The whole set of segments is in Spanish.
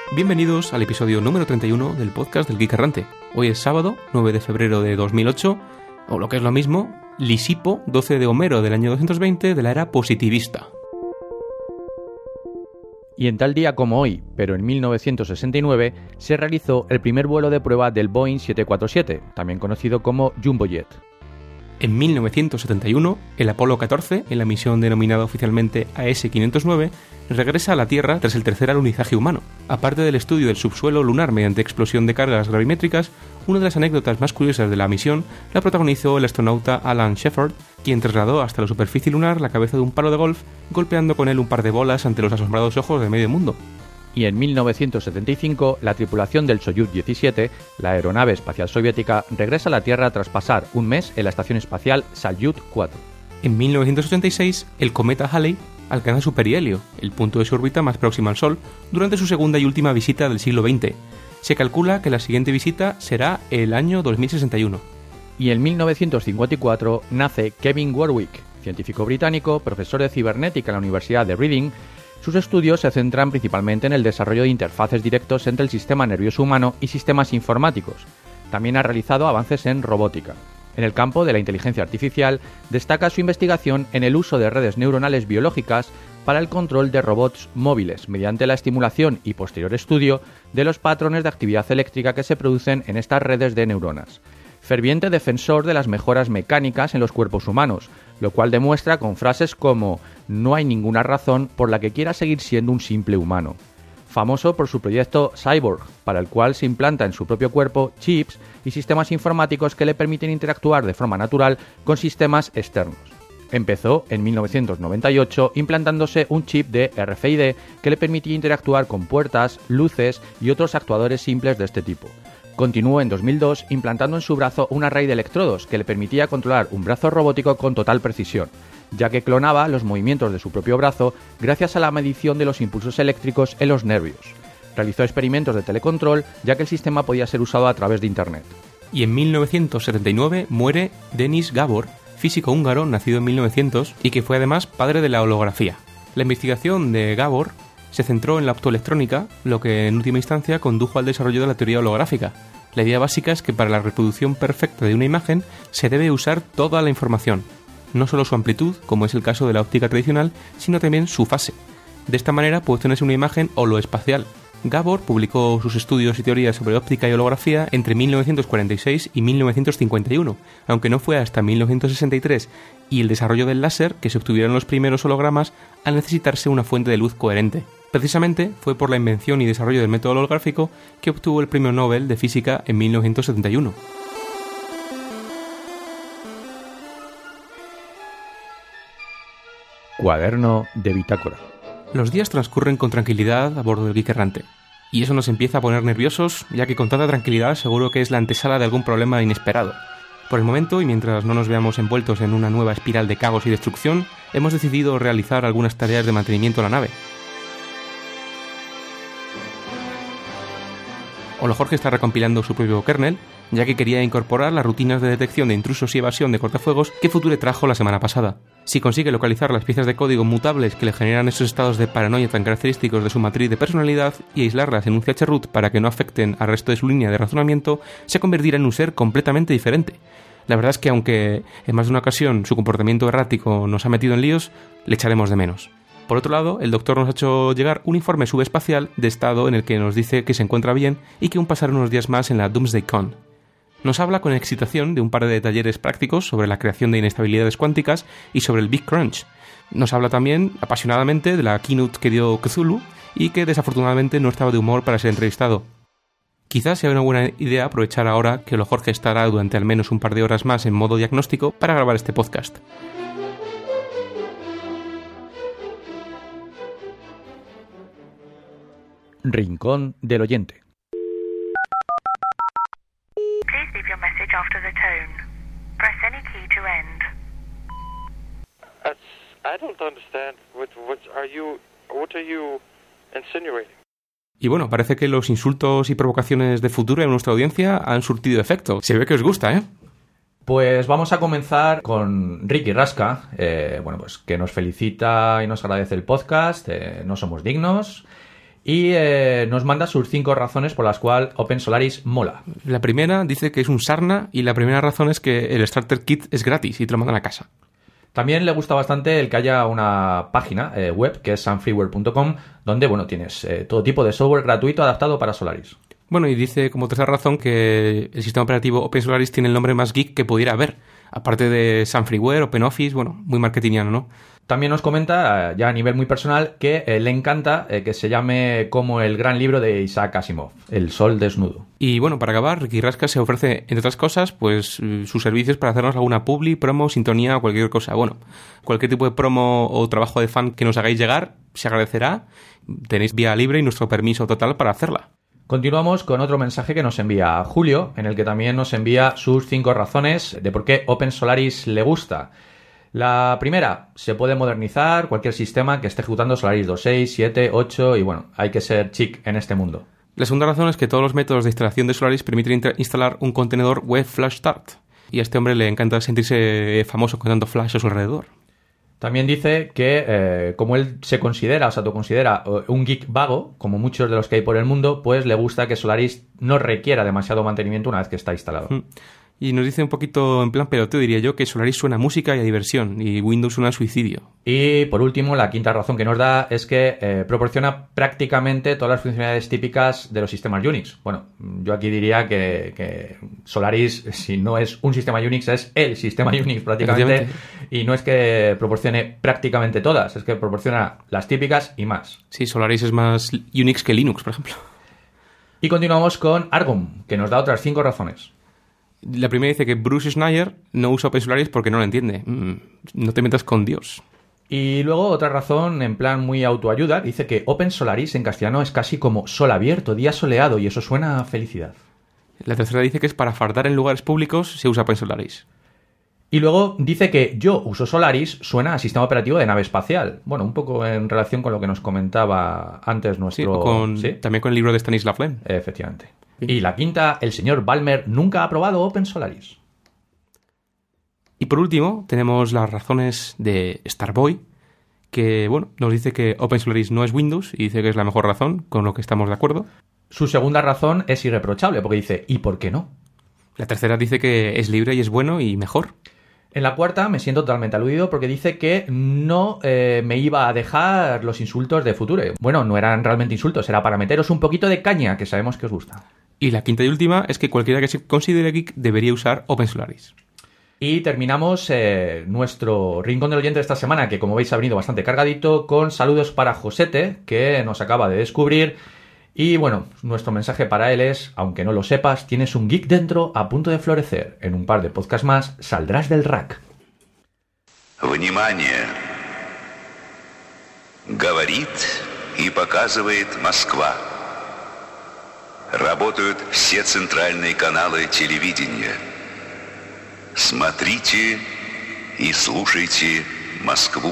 Bienvenidos al episodio número 31 del podcast del Geek Errante. Hoy es sábado, 9 de febrero de 2008, o lo que es lo mismo, Lisipo 12 de Homero del año 220 de la era positivista. Y en tal día como hoy, pero en 1969, se realizó el primer vuelo de prueba del Boeing 747, también conocido como Jumbojet. En 1971, el Apolo 14, en la misión denominada oficialmente AS-509, regresa a la Tierra tras el tercer alunizaje humano. Aparte del estudio del subsuelo lunar mediante explosión de cargas gravimétricas, una de las anécdotas más curiosas de la misión la protagonizó el astronauta Alan Shepard, quien trasladó hasta la superficie lunar la cabeza de un palo de golf, golpeando con él un par de bolas ante los asombrados ojos de medio mundo. Y en 1975, la tripulación del Soyuz 17, la aeronave espacial soviética, regresa a la Tierra tras pasar un mes en la estación espacial Salyut 4. En 1986, el cometa Halley alcanza su perihelio, el punto de su órbita más próximo al Sol, durante su segunda y última visita del siglo XX. Se calcula que la siguiente visita será el año 2061. Y en 1954 nace Kevin Warwick, científico británico, profesor de cibernética en la Universidad de Reading. Sus estudios se centran principalmente en el desarrollo de interfaces directos entre el sistema nervioso humano y sistemas informáticos. También ha realizado avances en robótica. En el campo de la inteligencia artificial, destaca su investigación en el uso de redes neuronales biológicas para el control de robots móviles, mediante la estimulación y posterior estudio de los patrones de actividad eléctrica que se producen en estas redes de neuronas. Ferviente defensor de las mejoras mecánicas en los cuerpos humanos, lo cual demuestra con frases como «no hay ninguna razón por la que quiera seguir siendo un simple humano». Famoso por su proyecto Cyborg, para el cual se implanta en su propio cuerpo chips y sistemas informáticos que le permiten interactuar de forma natural con sistemas externos. Empezó en 1998 implantándose un chip de RFID que le permitía interactuar con puertas, luces y otros actuadores simples de este tipo. Continuó en 2002 implantando en su brazo un array de electrodos que le permitía controlar un brazo robótico con total precisión, ya que clonaba los movimientos de su propio brazo gracias a la medición de los impulsos eléctricos en los nervios. Realizó experimentos de telecontrol, ya que el sistema podía ser usado a través de Internet. Y en 1979 muere Denis Gabor, físico húngaro nacido en 1900 y que fue además padre de la holografía. La investigación de Gabor se centró en la optoelectrónica, lo que en última instancia condujo al desarrollo de la teoría holográfica. La idea básica es que para la reproducción perfecta de una imagen se debe usar toda la información, no solo su amplitud, como es el caso de la óptica tradicional, sino también su fase. De esta manera puede obtenerse una imagen holoespacial. Gabor publicó sus estudios y teorías sobre óptica y holografía entre 1946 y 1951, aunque no fue hasta 1963 y el desarrollo del láser que se obtuvieron los primeros hologramas al necesitarse una fuente de luz coherente. Precisamente fue por la invención y desarrollo del método holográfico que obtuvo el premio Nobel de Física en 1971. Cuaderno de bitácora. Los días transcurren con tranquilidad a bordo del Geek Errante, y eso nos empieza a poner nerviosos, ya que con tanta tranquilidad seguro que es la antesala de algún problema inesperado. Por el momento, y mientras no nos veamos envueltos en una nueva espiral de caos y destrucción, hemos decidido realizar algunas tareas de mantenimiento a la nave. Jorge está recompilando su propio kernel, ya que quería incorporar las rutinas de detección de intrusos y evasión de cortafuegos que Future trajo la semana pasada. Si consigue localizar las piezas de código mutables que le generan esos estados de paranoia tan característicos de su matriz de personalidad y aislarlas en un chroot para que no afecten al resto de su línea de razonamiento, se convertirá en un ser completamente diferente. La verdad es que aunque en más de una ocasión su comportamiento errático nos ha metido en líos, le echaremos de menos. Por otro lado, el doctor nos ha hecho llegar un informe subespacial de estado en el que nos dice que se encuentra bien y que aún pasará unos días más en la Doomsday Con. Nos habla con excitación de un par de talleres prácticos sobre la creación de inestabilidades cuánticas y sobre el Big Crunch. Nos habla también apasionadamente de la keynote que dio Cthulhu y que desafortunadamente no estaba de humor para ser entrevistado. Quizás sea una buena idea aprovechar ahora que Jorge estará durante al menos un par de horas más en modo diagnóstico para grabar este podcast. Rincón del oyente. Please leave your message after the tone. Press any key to end. I don't understand. What are you insinuating? Y bueno, parece que los insultos y provocaciones de Future en nuestra audiencia han surtido efecto. Se ve que os gusta, ¿eh? Pues vamos a comenzar con Ricky Rasca, pues que nos felicita y nos agradece el podcast, No somos dignos, Y nos manda sus 5 razones por las cuales OpenSolaris mola. La primera dice que es un sarna y la primera razón es que el Starter Kit es gratis y te lo mandan a casa. También le gusta bastante el que haya una página web que es sunfreeware.com donde, bueno, tienes todo tipo de software gratuito adaptado para Solaris. Bueno, y dice como tercera razón que el sistema operativo OpenSolaris tiene el nombre más geek que pudiera haber. Aparte de Sunfreeware, OpenOffice, bueno, muy marketingiano, ¿no? También nos comenta, ya a nivel muy personal, que le encanta que se llame como el gran libro de Isaac Asimov, El Sol Desnudo. Y bueno, para acabar, Ricky Rasca se ofrece, entre otras cosas, pues sus servicios para hacernos alguna publi, promo, sintonía o cualquier cosa. Bueno, cualquier tipo de promo o trabajo de fan que nos hagáis llegar, se agradecerá. Tenéis vía libre y nuestro permiso total para hacerla. Continuamos con otro mensaje que nos envía Julio, en el que también nos envía sus 5 razones de por qué OpenSolaris le gusta. La primera, se puede modernizar cualquier sistema que esté ejecutando Solaris 2.6, 7, 8 y bueno, hay que ser chic en este mundo. La segunda razón es que todos los métodos de instalación de Solaris permiten instalar un contenedor web Flash Start. Y a este hombre le encanta sentirse famoso con tanto Flash a su alrededor. También dice que como él se considera, o se autoconsidera un geek vago, como muchos de los que hay por el mundo, pues le gusta que Solaris no requiera demasiado mantenimiento una vez que está instalado. Y nos dice un poquito en plan peloteo, diría yo, que Solaris suena a música y a diversión, y Windows suena a suicidio. Y por último, la quinta razón que nos da es que proporciona prácticamente todas las funcionalidades típicas de los sistemas Unix. Bueno, yo aquí diría que Solaris, si no es un sistema Unix, es el sistema Unix prácticamente. Y no es que proporcione prácticamente todas, es que proporciona las típicas y más. Sí, Solaris es más Unix que Linux, por ejemplo. Y continuamos con Argon, que nos da otras 5 razones. La primera dice que Bruce Schneier no usa OpenSolaris porque no lo entiende. No te metas con Dios. Y luego otra razón, en plan muy autoayuda, dice que OpenSolaris en castellano es casi como sol abierto, día soleado, y eso suena a felicidad. La tercera dice que es para fardar en lugares públicos se usa OpenSolaris. Y luego dice que yo uso Solaris suena a sistema operativo de nave espacial. Bueno, un poco en relación con lo que nos comentaba antes nuestro... Sí, también con el libro de Stanislav Lem. Efectivamente. Y la quinta, el señor Ballmer nunca ha probado OpenSolaris. Y por último, tenemos las razones de Starboy, que bueno, nos dice que OpenSolaris no es Windows y dice que es la mejor razón, con lo que estamos de acuerdo. Su segunda razón es irreprochable, porque dice, ¿y por qué no? La tercera dice que es libre y es bueno y mejor. En la cuarta me siento totalmente aludido porque dice que no me iba a dejar los insultos de Future. Bueno, no eran realmente insultos, era para meteros un poquito de caña, que sabemos que os gusta. Y la quinta y última es que cualquiera que se considere geek debería usar OpenSolaris. Y terminamos nuestro rincón del oyente de esta semana, que como veis ha venido bastante cargadito, con saludos para Josete, que nos acaba de descubrir. Y bueno, nuestro mensaje para él es, aunque no lo sepas, tienes un geek dentro a punto de florecer. En un par de podcasts más saldrás del rack. Внимание! Говорит и показывает Москва. Работают все центральные каналы телевидения. Смотрите и слушайте Москву.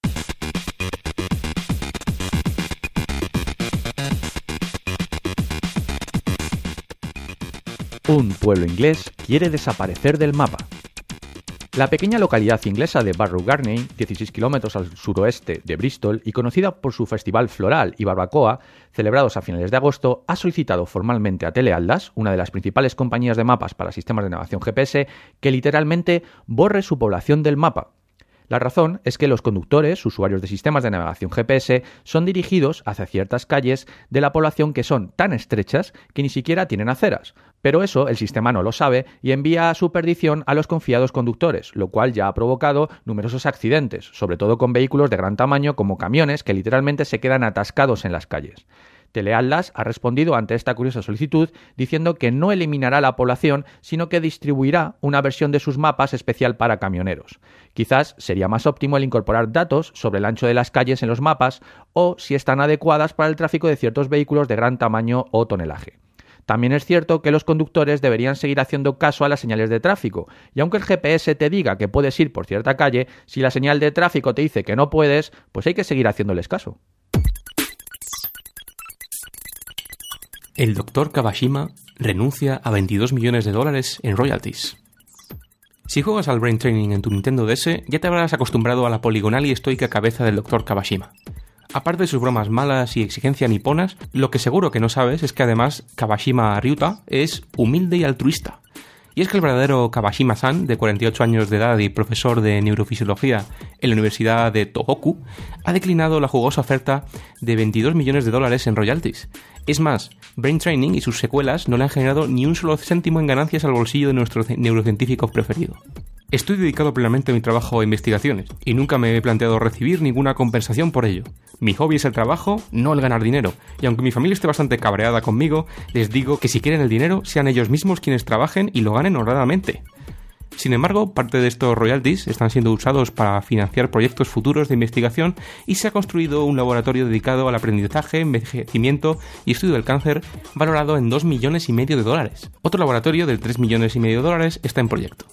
Un pueblo inglés quiere desaparecer del mapa. La pequeña localidad inglesa de Barrow Garney, 16 kilómetros al suroeste de Bristol y conocida por su festival floral y barbacoa, celebrados a finales de agosto, ha solicitado formalmente a Teleatlas, una de las principales compañías de mapas para sistemas de navegación GPS, que literalmente borre su población del mapa. La razón es que los conductores, usuarios de sistemas de navegación GPS, son dirigidos hacia ciertas calles de la población que son tan estrechas que ni siquiera tienen aceras. Pero eso el sistema no lo sabe y envía a su perdición a los confiados conductores, lo cual ya ha provocado numerosos accidentes, sobre todo con vehículos de gran tamaño como camiones que literalmente se quedan atascados en las calles. Teleatlas ha respondido ante esta curiosa solicitud diciendo que no eliminará la población, sino que distribuirá una versión de sus mapas especial para camioneros. Quizás sería más óptimo el incorporar datos sobre el ancho de las calles en los mapas o si están adecuadas para el tráfico de ciertos vehículos de gran tamaño o tonelaje. También es cierto que los conductores deberían seguir haciendo caso a las señales de tráfico, y aunque el GPS te diga que puedes ir por cierta calle, si la señal de tráfico te dice que no puedes, pues hay que seguir haciéndoles caso. El Dr. Kawashima renuncia a $22 millones en royalties. Si juegas al Brain Training en tu Nintendo DS, ya te habrás acostumbrado a la poligonal y estoica cabeza del Dr. Kawashima. Aparte de sus bromas malas y exigencia niponas, lo que seguro que no sabes es que además Kawashima Ryuta es humilde y altruista. Y es que el verdadero Kawashima-san, de 48 años de edad y profesor de neurofisiología en la Universidad de Tohoku, ha declinado la jugosa oferta de $22 millones en royalties. Es más, Brain Training y sus secuelas no le han generado ni un solo céntimo en ganancias al bolsillo de nuestro neurocientífico preferido. Estoy dedicado plenamente a mi trabajo e investigaciones, y nunca me he planteado recibir ninguna compensación por ello. Mi hobby es el trabajo, no el ganar dinero, y aunque mi familia esté bastante cabreada conmigo, les digo que si quieren el dinero, sean ellos mismos quienes trabajen y lo ganen honradamente. Sin embargo, parte de estos royalties están siendo usados para financiar proyectos futuros de investigación y se ha construido un laboratorio dedicado al aprendizaje, envejecimiento y estudio del cáncer valorado en $2,5 millones. Otro laboratorio de $3,5 millones está en proyecto.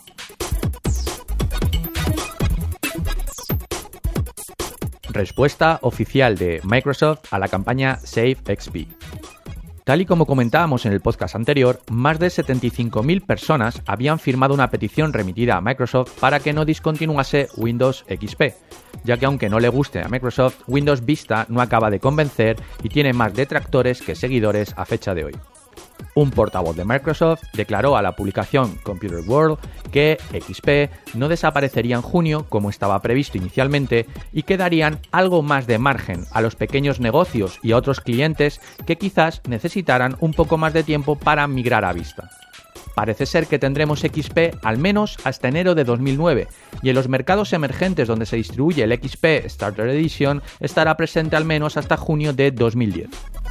Respuesta oficial de Microsoft a la campaña SaveXP. Tal y como comentábamos en el podcast anterior, más de 75.000 personas habían firmado una petición remitida a Microsoft para que no discontinuase Windows XP, ya que aunque no le guste a Microsoft, Windows Vista no acaba de convencer y tiene más detractores que seguidores a fecha de hoy. Un portavoz de Microsoft declaró a la publicación Computer World que XP no desaparecería en junio como estaba previsto inicialmente y que darían algo más de margen a los pequeños negocios y a otros clientes que quizás necesitaran un poco más de tiempo para migrar a Vista. Parece ser que tendremos XP al menos hasta enero de 2009 y en los mercados emergentes donde se distribuye el XP Starter Edition estará presente al menos hasta junio de 2010.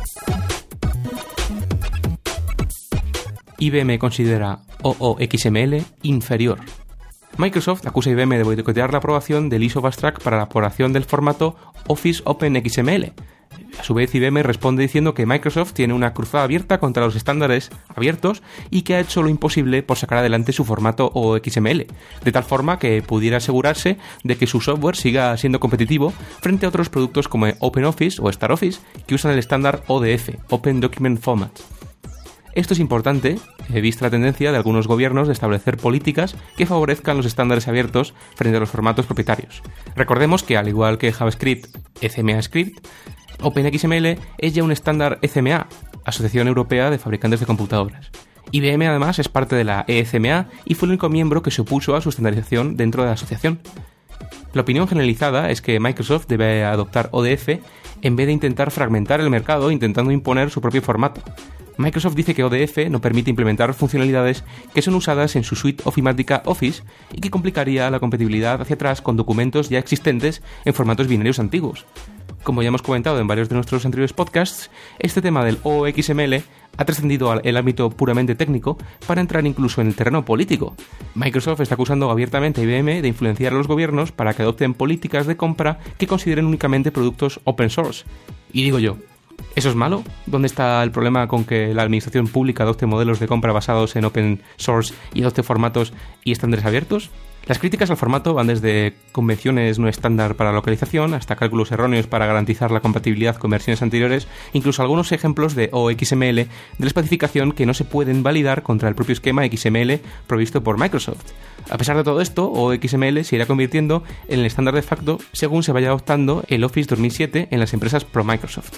IBM considera OOXML inferior. Microsoft acusa a IBM de boicotear la aprobación del ISO Fast Track para la aprobación del formato Office OpenXML. A su vez, IBM responde diciendo que Microsoft tiene una cruzada abierta contra los estándares abiertos y que ha hecho lo imposible por sacar adelante su formato OXML, de tal forma que pudiera asegurarse de que su software siga siendo competitivo frente a otros productos como OpenOffice o StarOffice que usan el estándar ODF, Open Document Format. Esto es importante, vista la tendencia de algunos gobiernos de establecer políticas que favorezcan los estándares abiertos frente a los formatos propietarios. Recordemos que, al igual que JavaScript, ECMAScript, OpenXML es ya un estándar ECMA, Asociación Europea de Fabricantes de Computadoras. IBM además es parte de la ECMA y fue el único miembro que se opuso a su estandarización dentro de la asociación. La opinión generalizada es que Microsoft debe adoptar ODF en vez de intentar fragmentar el mercado intentando imponer su propio formato. Microsoft dice que ODF no permite implementar funcionalidades que son usadas en su suite ofimática Office y que complicaría la compatibilidad hacia atrás con documentos ya existentes en formatos binarios antiguos. Como ya hemos comentado en varios de nuestros anteriores podcasts, este tema del OXML ha trascendido al ámbito puramente técnico para entrar incluso en el terreno político. Microsoft está acusando abiertamente a IBM de influenciar a los gobiernos para que adopten políticas de compra que consideren únicamente productos open source. Y digo yo, ¿eso es malo? ¿Dónde está el problema con que la administración pública adopte modelos de compra basados en open source y adopte formatos y estándares abiertos? Las críticas al formato van desde convenciones no estándar para localización hasta cálculos erróneos para garantizar la compatibilidad con versiones anteriores, incluso algunos ejemplos de OXML de la especificación que no se pueden validar contra el propio esquema XML provisto por Microsoft. A pesar de todo esto, OXML se irá convirtiendo en el estándar de facto según se vaya adoptando el Office 2007 en las empresas pro Microsoft.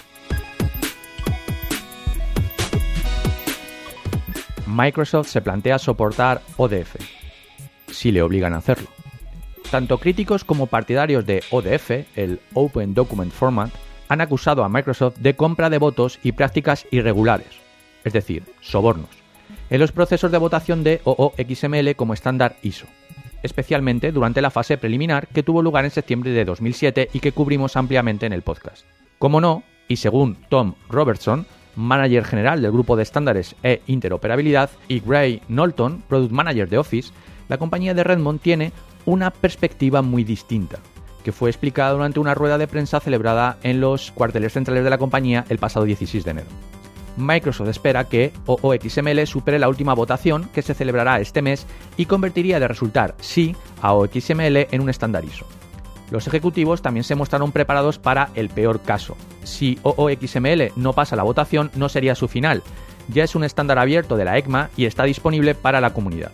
Microsoft se plantea soportar ODF, si le obligan a hacerlo. Tanto críticos como partidarios de ODF, el Open Document Format, han acusado a Microsoft de compra de votos y prácticas irregulares, es decir, sobornos, en los procesos de votación de OOXML como estándar ISO, especialmente durante la fase preliminar que tuvo lugar en septiembre de 2007 y que cubrimos ampliamente en el podcast. Como no, y según Tom Robertson, manager general del grupo de estándares e interoperabilidad, y Gray Knowlton, product manager de Office, la compañía de Redmond tiene una perspectiva muy distinta, que fue explicada durante una rueda de prensa celebrada en los cuarteles centrales de la compañía el pasado 16 de enero. Microsoft espera que OOXML supere la última votación que se celebrará este mes y convertiría de resultar sí a OXML en un estándar ISO. Los ejecutivos también se mostraron preparados para el peor caso. Si OOXML no pasa la votación, no sería su final. Ya es un estándar abierto de la ECMA y está disponible para la comunidad.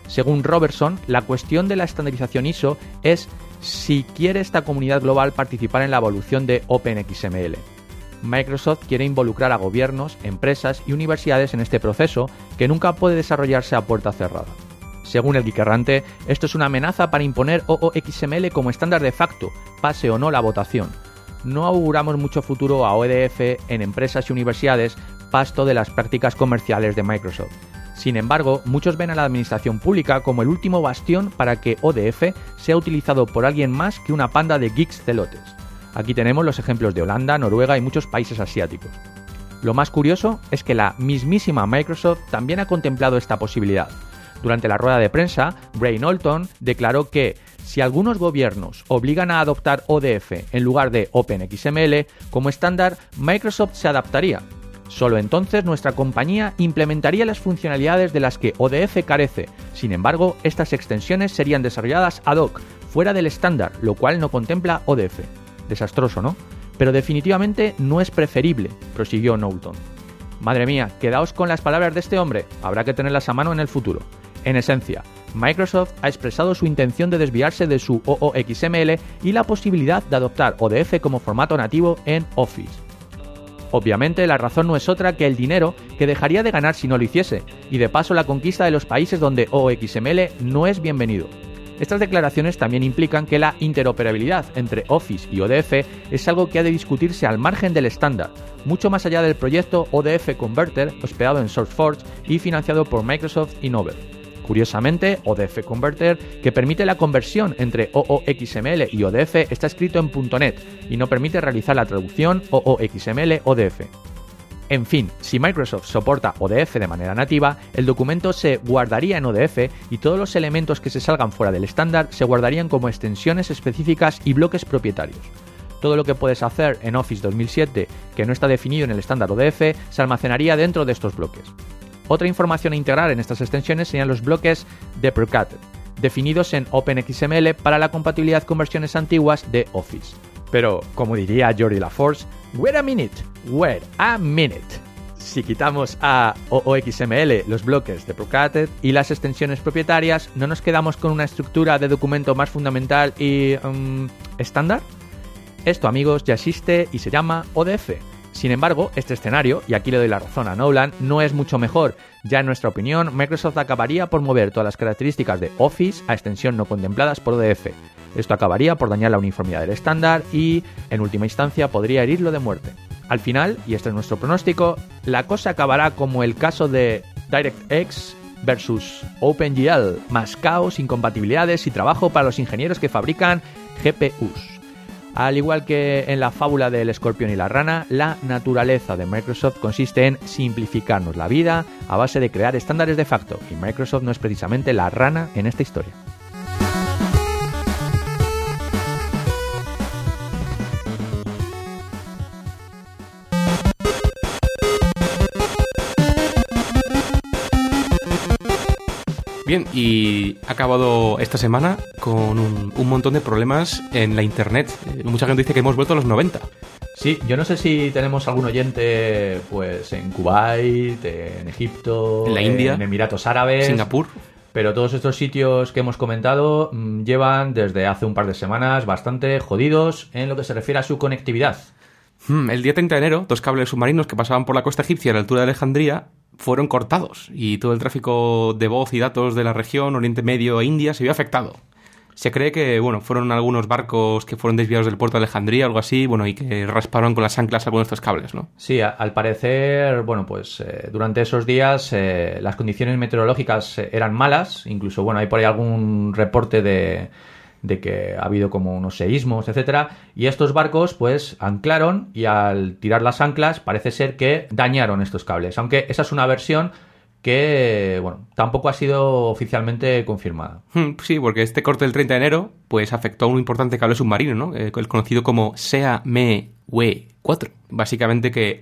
Según Robertson, la cuestión de la estandarización ISO es si quiere esta comunidad global participar en la evolución de OpenXML. Microsoft quiere involucrar a gobiernos, empresas y universidades en este proceso que nunca puede desarrollarse a puerta cerrada. Según el Geek Errante, esto es una amenaza para imponer OOXML como estándar de facto, pase o no la votación. No auguramos mucho futuro a ODF en empresas y universidades, pasto de las prácticas comerciales de Microsoft. Sin embargo, muchos ven a la administración pública como el último bastión para que ODF sea utilizado por alguien más que una panda de geeks celotes. Aquí tenemos los ejemplos de Holanda, Noruega y muchos países asiáticos. Lo más curioso es que la mismísima Microsoft también ha contemplado esta posibilidad. Durante la rueda de prensa, Ray Knowlton declaró que si algunos gobiernos obligan a adoptar ODF en lugar de OpenXML como estándar, Microsoft se adaptaría. Solo entonces nuestra compañía implementaría las funcionalidades de las que ODF carece. Sin embargo, estas extensiones serían desarrolladas ad hoc, fuera del estándar, lo cual no contempla ODF. Desastroso, ¿no? Pero definitivamente no es preferible, prosiguió Knowlton. Madre mía, quedaos con las palabras de este hombre, habrá que tenerlas a mano en el futuro. En esencia, Microsoft ha expresado su intención de desviarse de su OOXML y la posibilidad de adoptar ODF como formato nativo en Office. Obviamente, la razón no es otra que el dinero que dejaría de ganar si no lo hiciese, y de paso la conquista de los países donde OOXML no es bienvenido. Estas declaraciones también implican que la interoperabilidad entre Office y ODF es algo que ha de discutirse al margen del estándar, mucho más allá del proyecto ODF Converter, hospedado en SourceForge y financiado por Microsoft y Novell. Curiosamente, ODF Converter, que permite la conversión entre OOXML y ODF, está escrito en .NET y no permite realizar la traducción OOXML-ODF. En fin, si Microsoft soporta ODF de manera nativa, el documento se guardaría en ODF y todos los elementos que se salgan fuera del estándar se guardarían como extensiones específicas y bloques propietarios. Todo lo que puedes hacer en Office 2007 que no está definido en el estándar ODF se almacenaría dentro de estos bloques. Otra información a integrar en estas extensiones serían los bloques deprecated, definidos en OpenXML para la compatibilidad con versiones antiguas de Office. Pero, como diría Jordi LaForce, wait a minute. Si quitamos a OOXML los bloques deprecated y las extensiones propietarias, ¿no nos quedamos con una estructura de documento más fundamental y estándar? Esto, amigos, ya existe y se llama ODF. Sin embargo, este escenario, y aquí le doy la razón a Nolan, no es mucho mejor. Ya en nuestra opinión, Microsoft acabaría por mover todas las características de Office a extensión no contempladas por ODF. Esto acabaría por dañar la uniformidad del estándar y, en última instancia, podría herirlo de muerte. Al final, y este es nuestro pronóstico, la cosa acabará como el caso de DirectX versus OpenGL, más caos, incompatibilidades y trabajo para los ingenieros que fabrican GPUs. Al igual que en la fábula del escorpión y la rana, la naturaleza de Microsoft consiste en simplificarnos la vida a base de crear estándares de facto, y Microsoft no es precisamente la rana en esta historia. Bien, y ha acabado esta semana con un montón de problemas en la internet. Mucha gente dice que hemos vuelto a los 90. Sí, yo no sé si tenemos algún oyente pues en Kuwait, en Egipto, en la India, en Emiratos Árabes, Singapur. Pero todos estos sitios que hemos comentado llevan desde hace un par de semanas bastante jodidos en lo que se refiere a su conectividad. El día 30 de enero, 2 cables submarinos que pasaban por la costa egipcia a la altura de Alejandría fueron cortados y todo el tráfico de voz y datos de la región, Oriente Medio e India se vio afectado. Se cree que, fueron algunos barcos que fueron desviados del puerto de Alejandría, algo así, y que rasparon con las anclas algunos de estos cables, ¿no? Sí, al parecer, durante esos días las condiciones meteorológicas eran malas, incluso, hay por ahí algún reporte de que ha habido como unos seísmos, etcétera, y estos barcos pues anclaron y al tirar las anclas parece ser que dañaron estos cables, aunque esa es una versión que, tampoco ha sido oficialmente confirmada. Sí, porque este corte del 30 de enero pues afectó a un importante cable submarino, ¿no? El conocido como Sea Me We 4. Básicamente que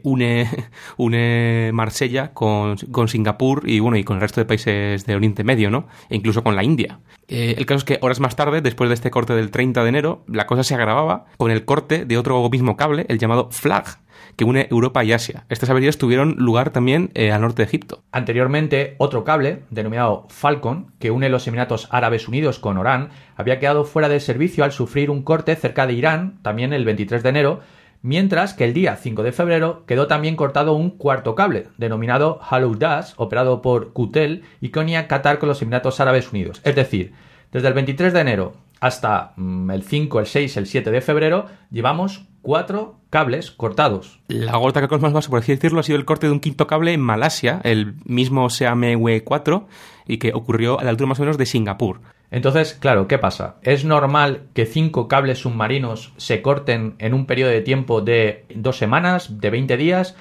une Marsella con Singapur y bueno, y con el resto de países de Oriente Medio, ¿no? E incluso con la India. El caso es que horas más tarde, después de este corte del 30 de enero, la cosa se agravaba con el corte de otro mismo cable, el llamado FLAG, que une Europa y Asia. Estas averías tuvieron lugar también al norte de Egipto. Anteriormente, otro cable, denominado Falcon, que une los Emiratos Árabes Unidos con Orán, había quedado fuera de servicio al sufrir un corte cerca de Irán, también el 23 de enero, mientras que el día 5 de febrero quedó también cortado un cuarto cable, denominado Al-Udas, operado por QTEL y que unía Qatar con los Emiratos Árabes Unidos. Es decir, desde el 23 de enero hasta el 5, el 6, el 7 de febrero, llevamos 4 cables cortados. La gota que colma el vaso, por así decirlo, ha sido el corte de un quinto cable en Malasia, el mismo Seamewe 4, y que ocurrió a la altura más o menos de Singapur. Entonces, claro, ¿qué pasa? ¿Es normal que 5 cables submarinos se corten en un periodo de tiempo de 2 semanas, de 20 días?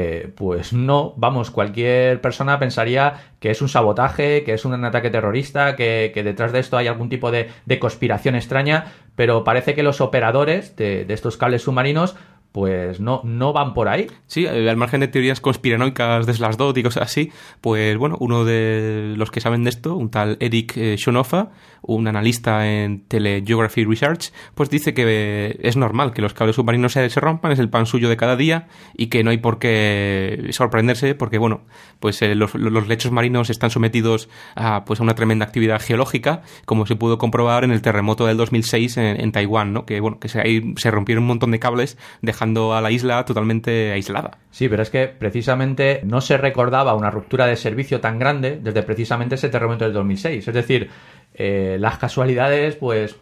Pues no, vamos, cualquier persona pensaría que es un sabotaje, que es un ataque terrorista, que detrás de esto hay algún tipo de conspiración extraña, pero parece que los operadores de estos cables submarinos pues no van por ahí. Sí, al margen de teorías conspiranoicas de Slashdot y cosas así, pues bueno, uno de los que saben de esto, un tal Eric Shonofa, un analista en Telegeography Research, pues dice que es normal que los cables submarinos se rompan, es el pan suyo de cada día y que no hay por qué sorprenderse porque, bueno, pues los lechos marinos están sometidos a una tremenda actividad geológica, como se pudo comprobar en el terremoto del 2006 en Taiwán, ¿no? Que, bueno, que se rompieron un montón de cables dejando a la isla totalmente aislada. Sí, pero es que precisamente no se recordaba una ruptura de servicio tan grande desde precisamente ese terremoto del 2006. Es decir, las casualidades pues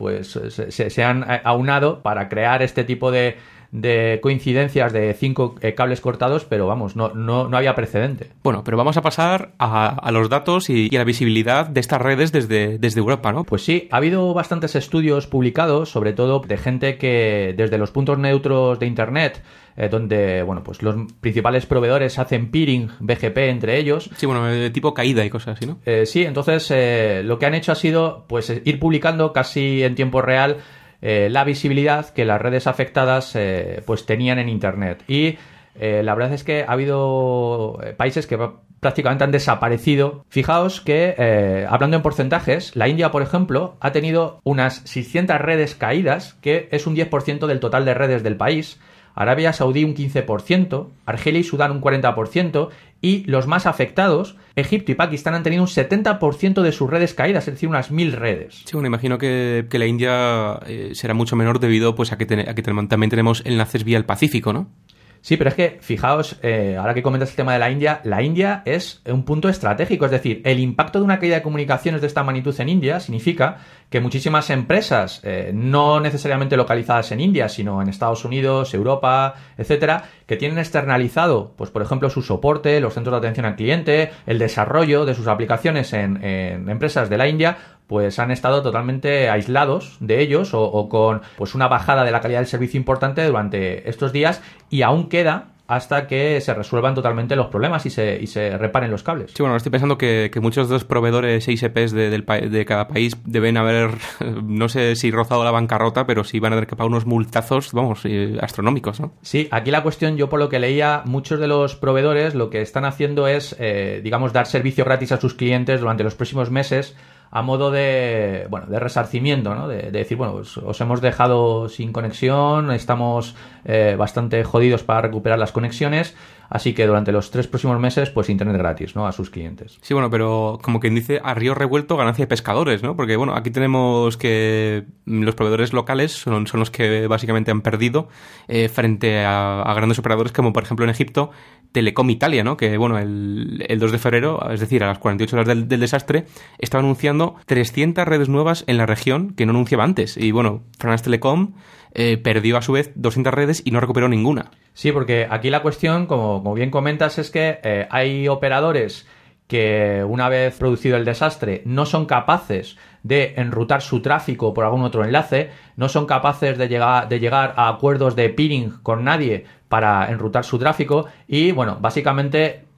se han aunado para crear este tipo de coincidencias de 5 cables cortados, pero vamos, no había precedente. Bueno, pero vamos a pasar a los datos y a la visibilidad de estas redes desde Europa, ¿no? Pues sí, ha habido bastantes estudios publicados, sobre todo de gente que desde los puntos neutros de Internet, donde, bueno, pues los principales proveedores hacen peering, BGP entre ellos. Sí, bueno, de tipo caída y cosas así, ¿no? Sí, entonces lo que han hecho ha sido pues ir publicando casi en tiempo real la visibilidad que las redes afectadas pues tenían en Internet. Y la verdad es que ha habido países que prácticamente han desaparecido. Fijaos que, hablando en porcentajes, la India, por ejemplo, ha tenido unas 600 redes caídas, que es un 10% del total de redes del país. Arabia Saudí un 15%, Argelia y Sudán un 40%, y los más afectados, Egipto y Pakistán, han tenido un 70% de sus redes caídas, es decir, unas 1000 redes. Sí, bueno, imagino que la India será mucho menor debido pues a que también tenemos enlaces vía el Pacífico, ¿no? Sí, pero es que, fijaos, ahora que comentas el tema de la India es un punto estratégico. Es decir, el impacto de una caída de comunicaciones de esta magnitud en India significa que muchísimas empresas, no necesariamente localizadas en India, sino en Estados Unidos, Europa, etcétera, que tienen externalizado, pues por ejemplo, su soporte, los centros de atención al cliente, el desarrollo de sus aplicaciones en empresas de la India, pues han estado totalmente aislados de ellos o con pues una bajada de la calidad del servicio importante durante estos días, y aún queda hasta que se resuelvan totalmente los problemas y se reparen los cables. Sí, bueno, estoy pensando que muchos de los proveedores ISPs de cada país deben haber, no sé si rozado la bancarrota, pero sí van a tener que pagar unos multazos, vamos, astronómicos, ¿no? Sí, aquí la cuestión, yo por lo que leía, muchos de los proveedores lo que están haciendo es, digamos, dar servicio gratis a sus clientes durante los próximos meses, a modo de resarcimiento, ¿no? De decir, bueno, pues os hemos dejado sin conexión, estamos bastante jodidos para recuperar las conexiones, así que durante los 3 próximos meses, pues internet gratis, ¿no? A sus clientes. Sí, bueno, pero como quien dice, a río revuelto, ganancia de pescadores, ¿no? Porque, bueno, aquí tenemos que los proveedores locales son los que básicamente han perdido frente a grandes operadores como, por ejemplo, en Egipto, Telecom Italia, ¿no? Que, bueno, el 2 de febrero, es decir, a las 48 horas del desastre, estaba anunciando 300 redes nuevas en la región que no anunciaba antes. Y, bueno, France Telecom perdió a su vez 200 redes y no recuperó ninguna. Sí, porque aquí la cuestión, como bien comentas, es que hay operadores que, una vez producido el desastre, no son capaces de enrutar su tráfico por algún otro enlace, no son capaces de llegar a acuerdos de peering con nadie para enrutar su tráfico y, bueno, básicamente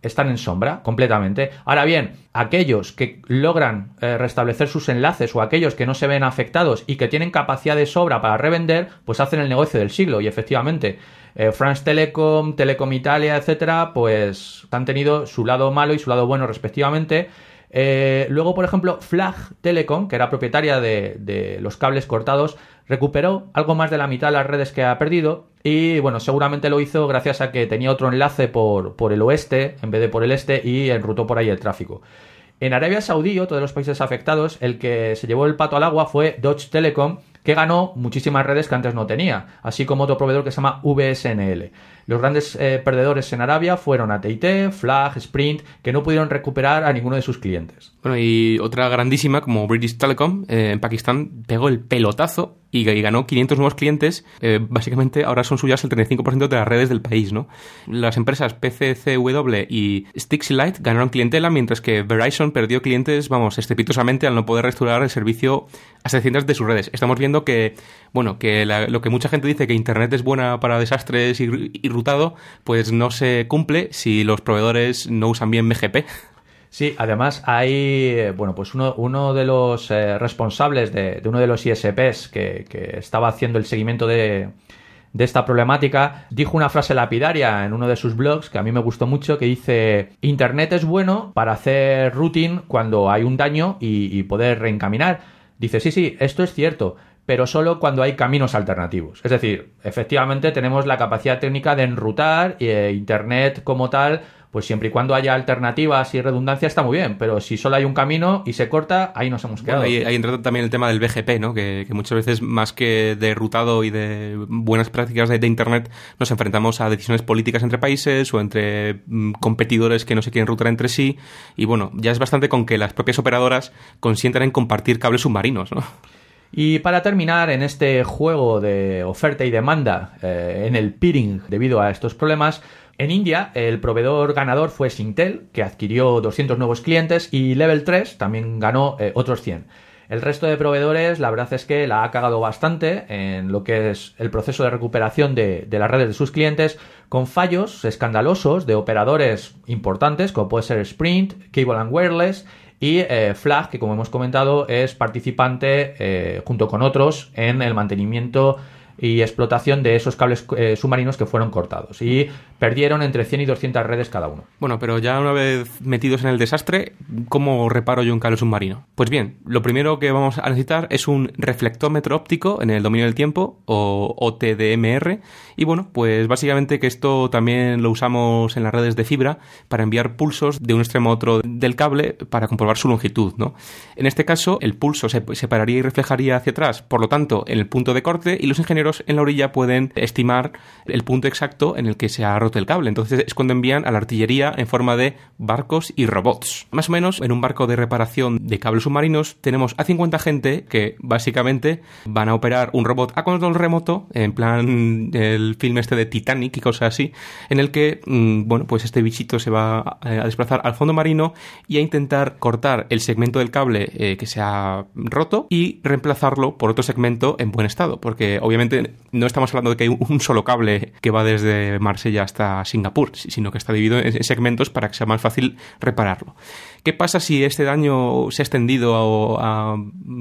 están en sombra completamente. Ahora bien, aquellos que logran restablecer sus enlaces o aquellos que no se ven afectados y que tienen capacidad de sobra para revender, pues hacen el negocio del siglo. Y efectivamente, France Telecom, Telecom Italia, etcétera, pues han tenido su lado malo y su lado bueno respectivamente. Luego, por ejemplo, Flag Telecom, que era propietaria de los cables cortados, recuperó algo más de la mitad de las redes que ha perdido y, bueno, seguramente lo hizo gracias a que tenía otro enlace por el oeste en vez de por el este y enrutó por ahí el tráfico. En Arabia Saudí, otro de los países afectados, el que se llevó el pato al agua fue Deutsche Telekom, que ganó muchísimas redes que antes no tenía, así como otro proveedor que se llama VSNL. Los grandes perdedores en Arabia fueron AT&T, Flag, Sprint, que no pudieron recuperar a ninguno de sus clientes. Bueno, y otra grandísima como British Telecom en Pakistán pegó el pelotazo y ganó 500 nuevos clientes. Básicamente ahora son suyas el 35% de las redes del país, ¿no? Las empresas PCCW y Stixelight ganaron clientela, mientras que Verizon perdió clientes, estrepitosamente al no poder restaurar el servicio a 700 de sus redes. Estamos viendo que, bueno, que lo que mucha gente dice que Internet es buena para desastres y rutado, pues no se cumple si los proveedores no usan bien BGP. Sí, además hay, bueno, pues uno de los responsables de uno de los ISPs que estaba haciendo el seguimiento de esta problemática, dijo una frase lapidaria en uno de sus blogs que a mí me gustó mucho, que dice: Internet es bueno para hacer routing cuando hay un daño y poder reencaminar. Dice, sí, esto es cierto, pero solo cuando hay caminos alternativos. Es decir, efectivamente tenemos la capacidad técnica de enrutar Internet como tal, pues siempre y cuando haya alternativas y redundancia está muy bien, pero si solo hay un camino y se corta, ahí nos hemos quedado. Bueno, ahí entra también el tema del BGP, ¿no? Que muchas veces, más que de rutado y de buenas prácticas de Internet, nos enfrentamos a decisiones políticas entre países o entre competidores que no se quieren rutar entre sí, y bueno, ya es bastante con que las propias operadoras consientan en compartir cables submarinos, ¿no? Y para terminar, en este juego de oferta y demanda, en el peering debido a estos problemas, en India el proveedor ganador fue Singtel, que adquirió 200 nuevos clientes, y Level 3 también ganó otros 100. El resto de proveedores, la verdad es que la ha cagado bastante en lo que es el proceso de recuperación de las redes de sus clientes, con fallos escandalosos de operadores importantes, como puede ser Sprint, Cable & Wireless, y Flag, que como hemos comentado es participante junto con otros en el mantenimiento y explotación de esos cables submarinos que fueron cortados y perdieron entre 100 y 200 redes cada uno. Bueno, pero ya una vez metidos en el desastre, ¿cómo reparo yo un cable submarino? Pues bien, lo primero que vamos a necesitar es un reflectómetro óptico en el dominio del tiempo, o OTDMR, y bueno, pues básicamente que esto también lo usamos en las redes de fibra para enviar pulsos de un extremo a otro del cable para comprobar su longitud, ¿no? En este caso, el pulso se separaría y reflejaría hacia atrás, por lo tanto, en el punto de corte, y los ingenieros en la orilla pueden estimar el punto exacto en el que se ha roto el cable. Entonces es cuando envían a la artillería en forma de barcos y robots. Más o menos, en un barco de reparación de cables submarinos tenemos a 50 gente que básicamente van a operar un robot a control remoto, en plan el film este de Titanic y cosas así, en el que, bueno, pues este bichito se va a desplazar al fondo marino y a intentar cortar el segmento del cable que se ha roto y reemplazarlo por otro segmento en buen estado, porque obviamente no estamos hablando de que hay un solo cable que va desde Marsella hasta Singapur, sino que está dividido en segmentos para que sea más fácil repararlo. ¿Qué pasa si este daño se ha extendido a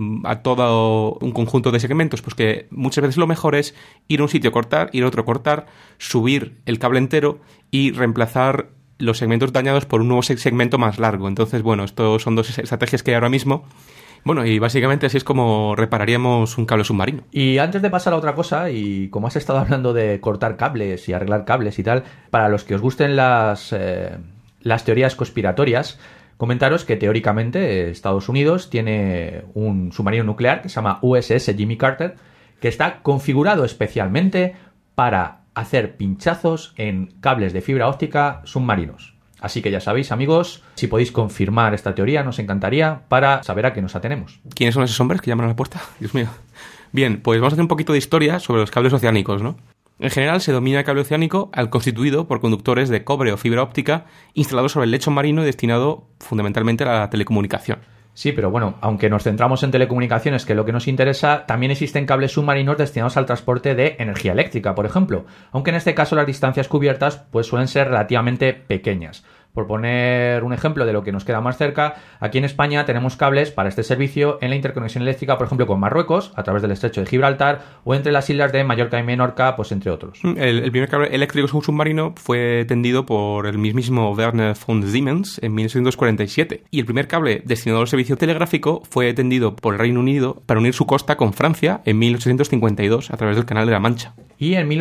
todo un conjunto de segmentos? Pues que muchas veces lo mejor es ir a un sitio cortar, ir a otro cortar, subir el cable entero y reemplazar los segmentos dañados por un nuevo segmento más largo. Entonces, bueno, estos son dos estrategias que hay ahora mismo. Bueno, y básicamente así es como repararíamos un cable submarino. Y antes de pasar a otra cosa, y como has estado hablando de cortar cables y arreglar cables y tal, para los que os gusten las teorías conspiratorias, comentaros que teóricamente Estados Unidos tiene un submarino nuclear que se llama USS Jimmy Carter, que está configurado especialmente para hacer pinchazos en cables de fibra óptica submarinos. Así que ya sabéis, amigos, si podéis confirmar esta teoría, nos encantaría para saber a qué nos atenemos. ¿Quiénes son esos hombres que llaman a la puerta? Dios mío. Bien, pues vamos a hacer un poquito de historia sobre los cables oceánicos, ¿no? En general se denomina cable oceánico al constituido por conductores de cobre o fibra óptica instalados sobre el lecho marino y destinado fundamentalmente a la telecomunicación. Sí, pero bueno, aunque nos centramos en telecomunicaciones, que es lo que nos interesa, también existen cables submarinos destinados al transporte de energía eléctrica, por ejemplo, aunque en este caso las distancias cubiertas pues suelen ser relativamente pequeñas. Por poner un ejemplo de lo que nos queda más cerca, aquí en España tenemos cables para este servicio en la interconexión eléctrica, por ejemplo, con Marruecos, a través del estrecho de Gibraltar, o entre las islas de Mallorca y Menorca, pues entre otros. El primer cable eléctrico submarino fue tendido por el mismísimo Werner von Siemens en 1947, y el primer cable destinado al servicio telegráfico fue tendido por el Reino Unido para unir su costa con Francia en 1852 a través del Canal de la Mancha. Y en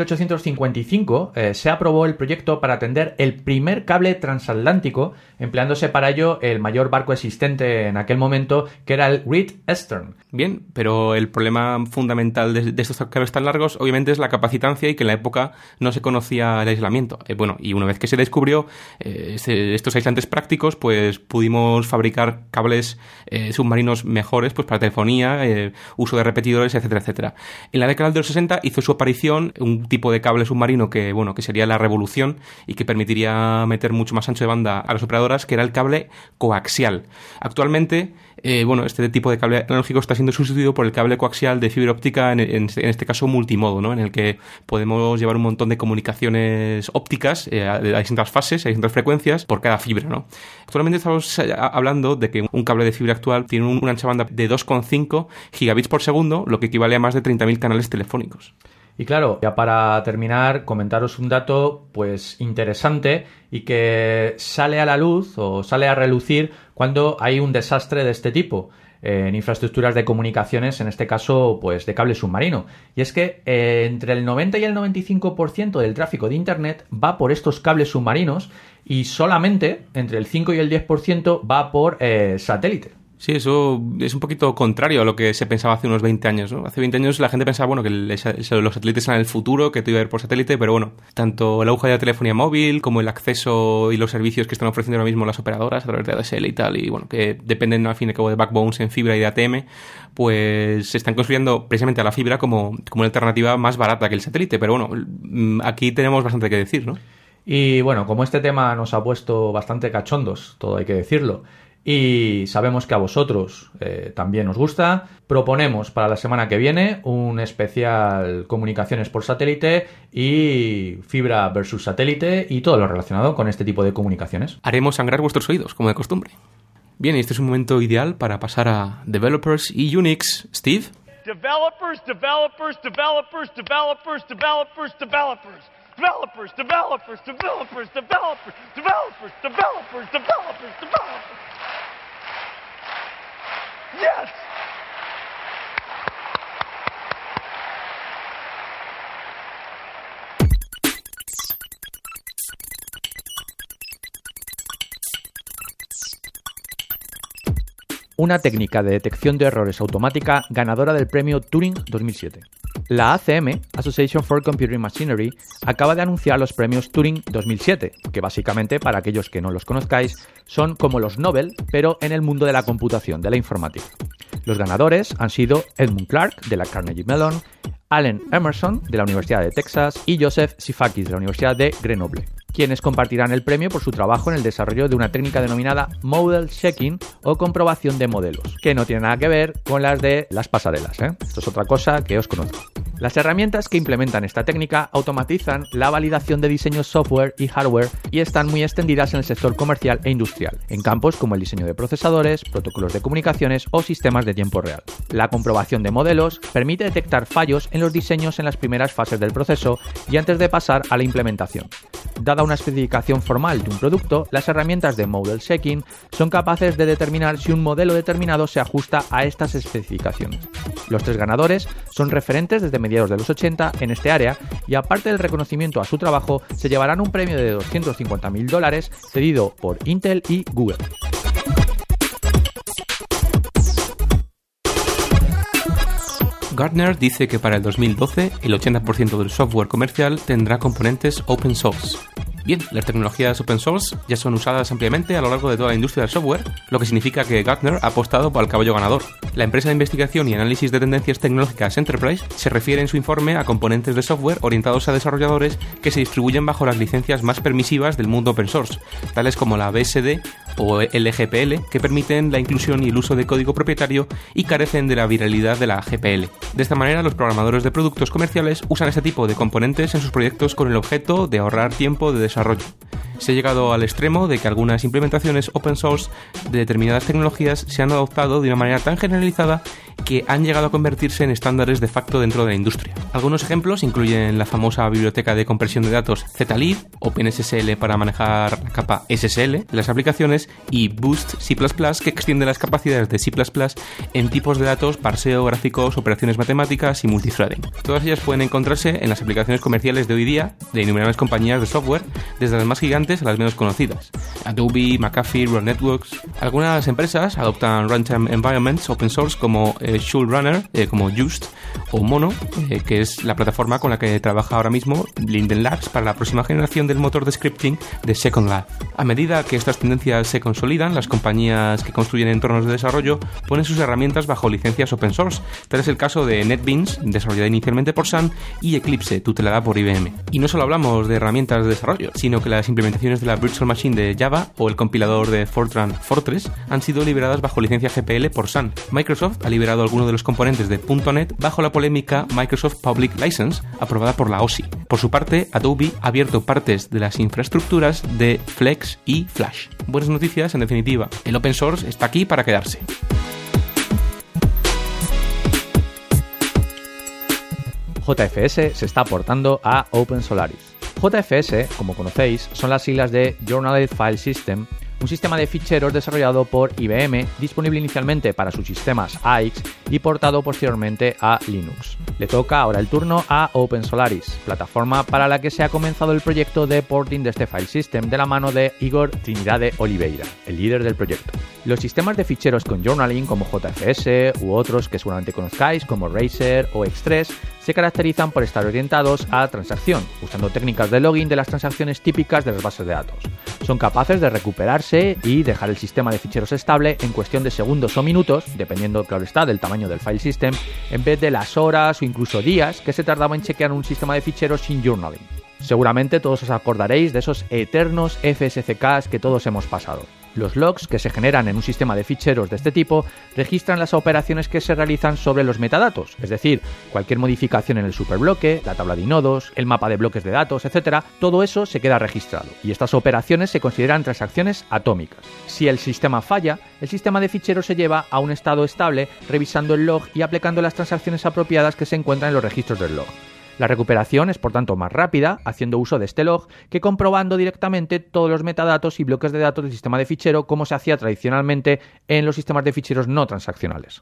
1855 se aprobó el proyecto para tender el primer cable transatlántico, empleándose para ello el mayor barco existente en aquel momento, que era el Great Eastern. Bien, pero el problema fundamental de estos cables tan largos obviamente es la capacitancia y que en la época no se conocía el aislamiento. Y una vez que se descubrió estos aislantes prácticos, pues pudimos fabricar cables submarinos mejores pues para telefonía, uso de repetidores, etcétera, etcétera. En la década de los 60 hizo su aparición un tipo de cable submarino que sería la revolución y que permitiría meter mucho más ancho de banda a las operadoras, que era el cable coaxial. Actualmente, este tipo de cable analógico está siendo sustituido por el cable coaxial de fibra óptica, en este caso multimodo, ¿no? En el que podemos llevar un montón de comunicaciones ópticas a distintas fases, a distintas frecuencias por cada fibra, ¿no? Actualmente estamos hablando de que un cable de fibra actual tiene una ancha banda de 2,5 gigabits por segundo, lo que equivale a más de 30.000 canales telefónicos. Y claro, ya para terminar, comentaros un dato pues interesante y que sale a la luz o sale a relucir cuando hay un desastre de este tipo en infraestructuras de comunicaciones, en este caso pues de cable submarino. Y es que entre el 90 y el 95% del tráfico de Internet va por estos cables submarinos y solamente entre el 5 y el 10% va por satélite. Sí, eso es un poquito contrario a lo que se pensaba hace unos 20 años, ¿no? Hace 20 años la gente pensaba, que los satélites eran el futuro, que todo iba a ir por satélite, pero tanto el auge de la telefonía móvil como el acceso y los servicios que están ofreciendo ahora mismo las operadoras a través de ADSL y tal, y que dependen al fin y al cabo de backbones en fibra y de ATM, pues se están construyendo precisamente a la fibra como una alternativa más barata que el satélite, pero aquí tenemos bastante que decir, ¿no? Y como este tema nos ha puesto bastante cachondos, todo hay que decirlo, y sabemos que a vosotros también os gusta, proponemos para la semana que viene un especial comunicaciones por satélite y fibra versus satélite y todo lo relacionado con este tipo de comunicaciones. Haremos sangrar vuestros oídos, como de costumbre. Bien, este es un momento ideal para pasar a Developers y Unix. Steve. Developers, developers, developers, developers, developers, developers. Developers, developers, developers, developers, developers, developers, developers, developers. Yes! Una técnica de detección de errores automática ganadora del premio Turing 2007. La ACM, Association for Computing Machinery, acaba de anunciar los premios Turing 2007, que básicamente, para aquellos que no los conozcáis, son como los Nobel, pero en el mundo de la computación, de la informática. Los ganadores han sido Edmund Clark, de la Carnegie Mellon, Allen Emerson, de la Universidad de Texas, y Joseph Sifakis, de la Universidad de Grenoble, quienes compartirán el premio por su trabajo en el desarrollo de una técnica denominada Model Checking o comprobación de modelos, que no tiene nada que ver con las de las pasarelas, ¿eh? Esto es otra cosa que os conozco. Las herramientas que implementan esta técnica automatizan la validación de diseños software y hardware y están muy extendidas en el sector comercial e industrial, en campos como el diseño de procesadores, protocolos de comunicaciones o sistemas de tiempo real. La comprobación de modelos permite detectar fallos en los diseños en las primeras fases del proceso y antes de pasar a la implementación. Dada una especificación formal de un producto, las herramientas de Model Checking son capaces de determinar si un modelo determinado se ajusta a estas especificaciones. Los 3 ganadores son referentes desde mediados de los 80 en este área y aparte del reconocimiento a su trabajo, se llevarán un premio de $250.000 cedido por Intel y Google. Gartner dice que para el 2012 el 80% del software comercial tendrá componentes open source. Bien, las tecnologías open source ya son usadas ampliamente a lo largo de toda la industria del software, lo que significa que Gartner ha apostado por el caballo ganador. La empresa de investigación y análisis de tendencias tecnológicas Enterprise se refiere en su informe a componentes de software orientados a desarrolladores que se distribuyen bajo las licencias más permisivas del mundo open source, tales como la BSD o LGPL, que permiten la inclusión y el uso de código propietario y carecen de la viralidad de la GPL. De esta manera, los programadores de productos comerciales usan este tipo de componentes en sus proyectos con el objeto de ahorrar tiempo de desarrollo desarrollo. Se ha llegado al extremo de que algunas implementaciones open source de determinadas tecnologías se han adoptado de una manera tan generalizada que han llegado a convertirse en estándares de facto dentro de la industria. Algunos ejemplos incluyen la famosa biblioteca de compresión de datos Zlib, OpenSSL para manejar la capa SSL de las aplicaciones y Boost C++ que extiende las capacidades de C++ en tipos de datos, parseo, gráficos, operaciones matemáticas y multithreading. Todas ellas pueden encontrarse en las aplicaciones comerciales de hoy día de innumerables compañías de software, desde las más gigantes a las menos conocidas. Adobe, McAfee, Raw Networks. Algunas empresas adoptan runtime environments open source como ShulRunner, como Just o Mono, que es la plataforma con la que trabaja ahora mismo Linden Labs para la próxima generación del motor de scripting de Second Lab. A medida que estas tendencias se consolidan, las compañías que construyen entornos de desarrollo ponen sus herramientas bajo licencias open source. Tal es el caso de NetBeans, desarrollada inicialmente por Sun, y Eclipse, tutelada por IBM. Y no solo hablamos de herramientas de desarrollo, sino que las implementaciones de la Virtual Machine de Java o el compilador de Fortran Fortress han sido liberadas bajo licencia GPL por Sun. Microsoft ha liberado algunos de los componentes de .NET bajo la polémica Microsoft Public License, aprobada por la OSI. Por su parte, Adobe ha abierto partes de las infraestructuras de Flex y Flash. Buenas noticias, en definitiva. El open source está aquí para quedarse. JFS se está aportando a OpenSolaris. JFS, como conocéis, son las siglas de Journaled File System, un sistema de ficheros desarrollado por IBM, disponible inicialmente para sus sistemas AIX y portado posteriormente a Linux. Le toca ahora el turno a OpenSolaris, plataforma para la que se ha comenzado el proyecto de porting de este file system de la mano de Igor Trinidade Oliveira, el líder del proyecto. Los sistemas de ficheros con journaling como JFS u otros que seguramente conozcáis como Razer o X3 se caracterizan por estar orientados a transacción, usando técnicas de login de las transacciones típicas de las bases de datos. Son capaces de recuperarse y dejar el sistema de ficheros estable en cuestión de segundos o minutos, dependiendo, claro está, del tamaño del file system, en vez de las horas o incluso días que se tardaba en chequear un sistema de ficheros sin journaling. Seguramente todos os acordaréis de esos eternos FSCKs que todos hemos pasado. Los logs que se generan en un sistema de ficheros de este tipo registran las operaciones que se realizan sobre los metadatos, es decir, cualquier modificación en el superbloque, la tabla de nodos, el mapa de bloques de datos, etc. Todo eso se queda registrado y estas operaciones se consideran transacciones atómicas. Si el sistema falla, el sistema de ficheros se lleva a un estado estable revisando el log y aplicando las transacciones apropiadas que se encuentran en los registros del log. La recuperación es por tanto más rápida, haciendo uso de este log, que comprobando directamente todos los metadatos y bloques de datos del sistema de fichero como se hacía tradicionalmente en los sistemas de ficheros no transaccionales.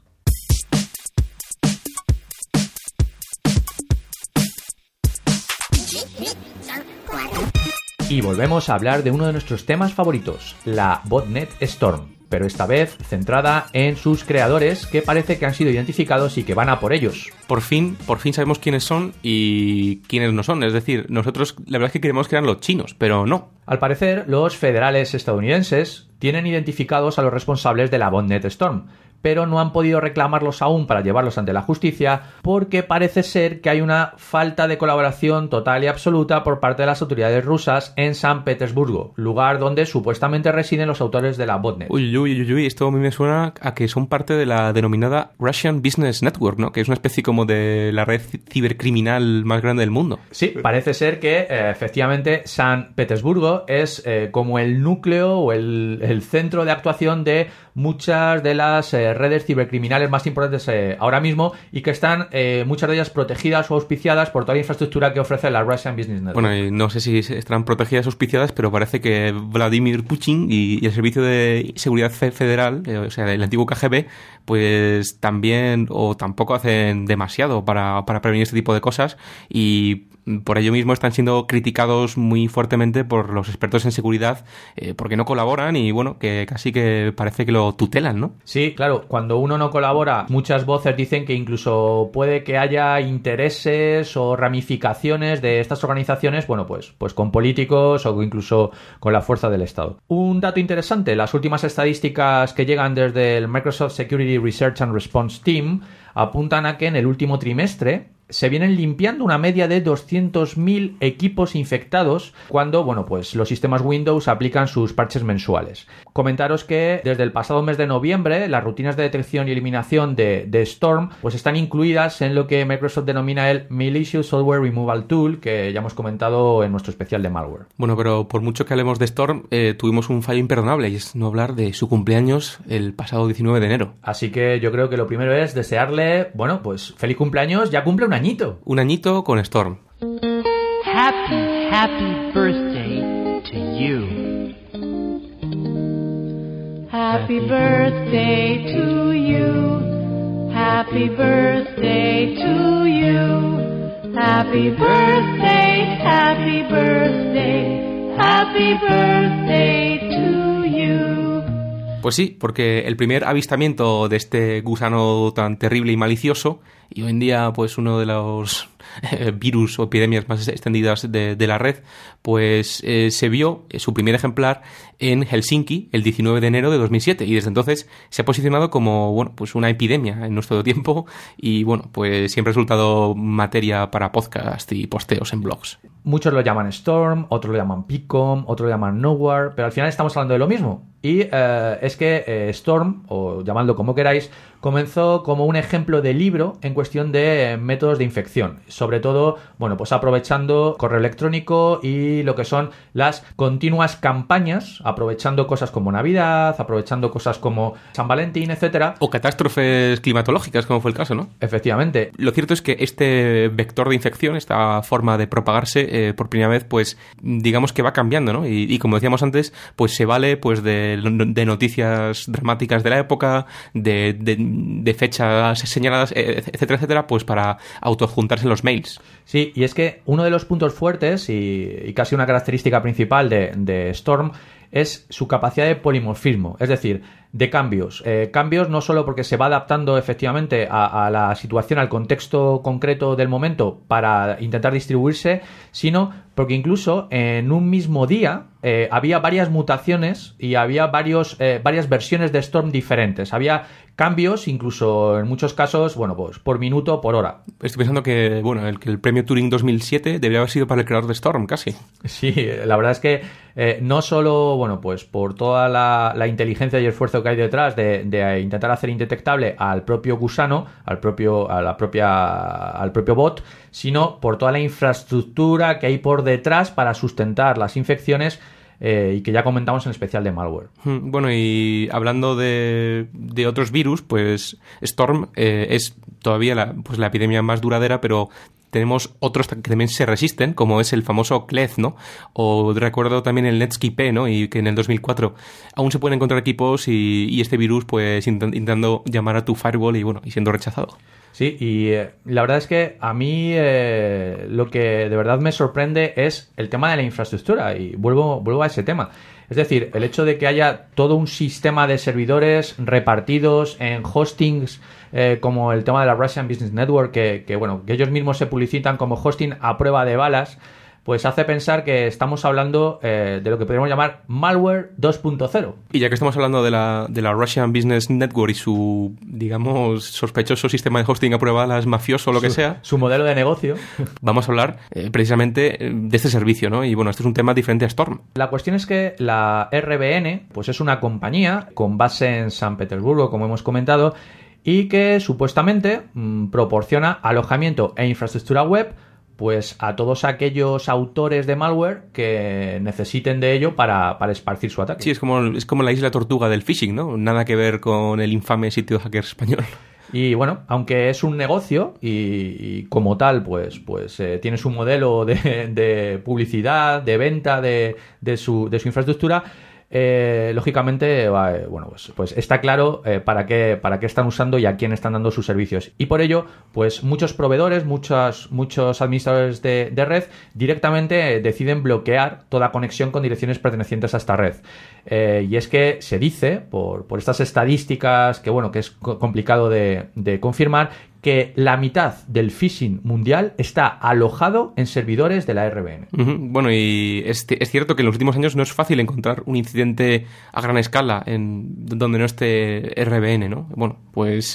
Y volvemos a hablar de uno de nuestros temas favoritos, la Botnet Storm, pero esta vez centrada en sus creadores que parece que han sido identificados y que van a por ellos. Por fin sabemos quiénes son y quiénes no son. Es decir, nosotros la verdad es que creemos que eran los chinos, pero no. Al parecer, los federales estadounidenses tienen identificados a los responsables de la Botnet Storm, pero no han podido reclamarlos aún para llevarlos ante la justicia porque parece ser que hay una falta de colaboración total y absoluta por parte de las autoridades rusas en San Petersburgo, lugar donde supuestamente residen los autores de la botnet. Uy, esto a mí me suena a que son parte de la denominada Russian Business Network, ¿no? Que es una especie como de la red cibercriminal más grande del mundo. Sí, parece ser que efectivamente San Petersburgo es como el núcleo o el centro de actuación de muchas de las redes cibercriminales más importantes ahora mismo y que están muchas de ellas protegidas o auspiciadas por toda la infraestructura que ofrece la Russian Business Network. Bueno, no sé si estarán protegidas o auspiciadas, pero parece que Vladimir Putin y el Servicio de Seguridad Federal, o sea, el antiguo KGB, pues también o tampoco hacen demasiado para prevenir este tipo de cosas y por ello mismo están siendo criticados muy fuertemente por los expertos en seguridad porque no colaboran y bueno, que casi que parece que lo tutelan, ¿no? Sí, claro, cuando uno no colabora, muchas voces dicen que incluso puede que haya intereses o ramificaciones de estas organizaciones, bueno, pues con políticos o incluso con la fuerza del Estado. Un dato interesante, las últimas estadísticas que llegan desde el Microsoft Security Research and Response Team apuntan a que en el último trimestre se vienen limpiando una media de 200.000 equipos infectados cuando, bueno, pues los sistemas Windows aplican sus parches mensuales. Comentaros que desde el pasado mes de noviembre las rutinas de detección y eliminación de Storm pues están incluidas en lo que Microsoft denomina el Malicious Software Removal Tool, que ya hemos comentado en nuestro especial de malware. Bueno, pero por mucho que hablemos de Storm, tuvimos un fallo imperdonable y es no hablar de su cumpleaños el pasado 19 de enero. Así que yo creo que lo primero es desearle, bueno, pues feliz cumpleaños, ya cumple un añito. Un añito con Storm. Happy birthday to you. Happy birthday to you. Happy birthday to you. Happy birthday, happy birthday, happy birthday to you. Pues sí, porque el primer avistamiento de este gusano tan terrible y malicioso, y hoy en día pues uno de los virus o epidemias más extendidas de la red, pues se vio su primer ejemplar en Helsinki el 19 de enero de 2007 y desde entonces se ha posicionado como, bueno, pues una epidemia en nuestro tiempo y, bueno, pues siempre ha resultado materia para podcast y posteos en blogs. Muchos lo llaman Storm, otros lo llaman Picom, otros lo llaman Nowhere, pero al final estamos hablando de lo mismo. Y es que Storm, o llamadlo como queráis, comenzó como un ejemplo de libro en cuestión de métodos de infección. Sobre todo, bueno, pues aprovechando correo electrónico y lo que son las continuas campañas, aprovechando cosas como Navidad, aprovechando cosas como San Valentín, etcétera. O catástrofes climatológicas, como fue el caso, ¿no? Efectivamente. Lo cierto es que este vector de infección, esta forma de propagarse, por primera vez, pues digamos que va cambiando, ¿no? Y como decíamos antes, pues se vale pues de noticias dramáticas de la época, de fechas señaladas, etcétera, etcétera, pues para autoadjuntarse en los mails. Sí, y es que uno de los puntos fuertes y casi una característica principal de Storm es su capacidad de polimorfismo, es decir, de cambios. Cambios no solo porque se va adaptando efectivamente a la situación, al contexto concreto del momento para intentar distribuirse, sino porque incluso en un mismo día había varias mutaciones y había varias versiones de Storm diferentes. Había cambios, incluso en muchos casos, bueno, pues por minuto, por hora. Estoy pensando que, bueno, el premio Turing 2007 debería haber sido para el creador de Storm, casi. Sí, la verdad es que no solo, bueno, pues por toda la inteligencia y esfuerzo que hay detrás de intentar hacer indetectable al propio gusano, al propio bot, sino por toda la infraestructura que hay por detrás para sustentar las infecciones y que ya comentamos en el especial de malware. Bueno, y hablando de otros virus, pues Storm es todavía la epidemia más duradera, pero tenemos otros que también se resisten, como es el famoso Cleth, ¿no? O recuerdo también el Netscape, ¿no? Y que en el 2004 aún se pueden encontrar equipos y este virus pues intentando llamar a tu firewall y siendo rechazado. Sí, y la verdad es que a mí lo que de verdad me sorprende es el tema de la infraestructura, y vuelvo a ese tema. Es decir, el hecho de que haya todo un sistema de servidores repartidos en hostings como el tema de la Russian Business Network, que ellos mismos se publicitan como hosting a prueba de balas, pues hace pensar que estamos hablando de lo que podríamos llamar malware 2.0. Y ya que estamos hablando de la Russian Business Network y su, digamos, sospechoso sistema de hosting a prueba de balas, mafioso o lo que sea, su modelo de negocio, vamos a hablar precisamente de este servicio, ¿no? Y bueno, este es un tema diferente a Storm. La cuestión es que la RBN pues es una compañía con base en San Petersburgo, como hemos comentado, y que supuestamente proporciona alojamiento e infraestructura web pues a todos aquellos autores de malware que necesiten de ello para esparcir su ataque. Sí, es como la isla tortuga del phishing, ¿no? Nada que ver con el infame sitio hacker español. Y bueno, aunque es un negocio y como tal, pues tiene su modelo de publicidad, de venta de su infraestructura, lógicamente, pues está claro para qué están usando y a quién están dando sus servicios. Y por ello, pues muchos proveedores, muchos administradores de red directamente deciden bloquear toda conexión con direcciones pertenecientes a esta red. Y es que se dice, por estas estadísticas que es complicado de confirmar, que la mitad del phishing mundial está alojado en servidores de la RBN. Bueno, y es cierto que en los últimos años no es fácil encontrar un incidente a gran escala donde no esté RBN, ¿no? Bueno, pues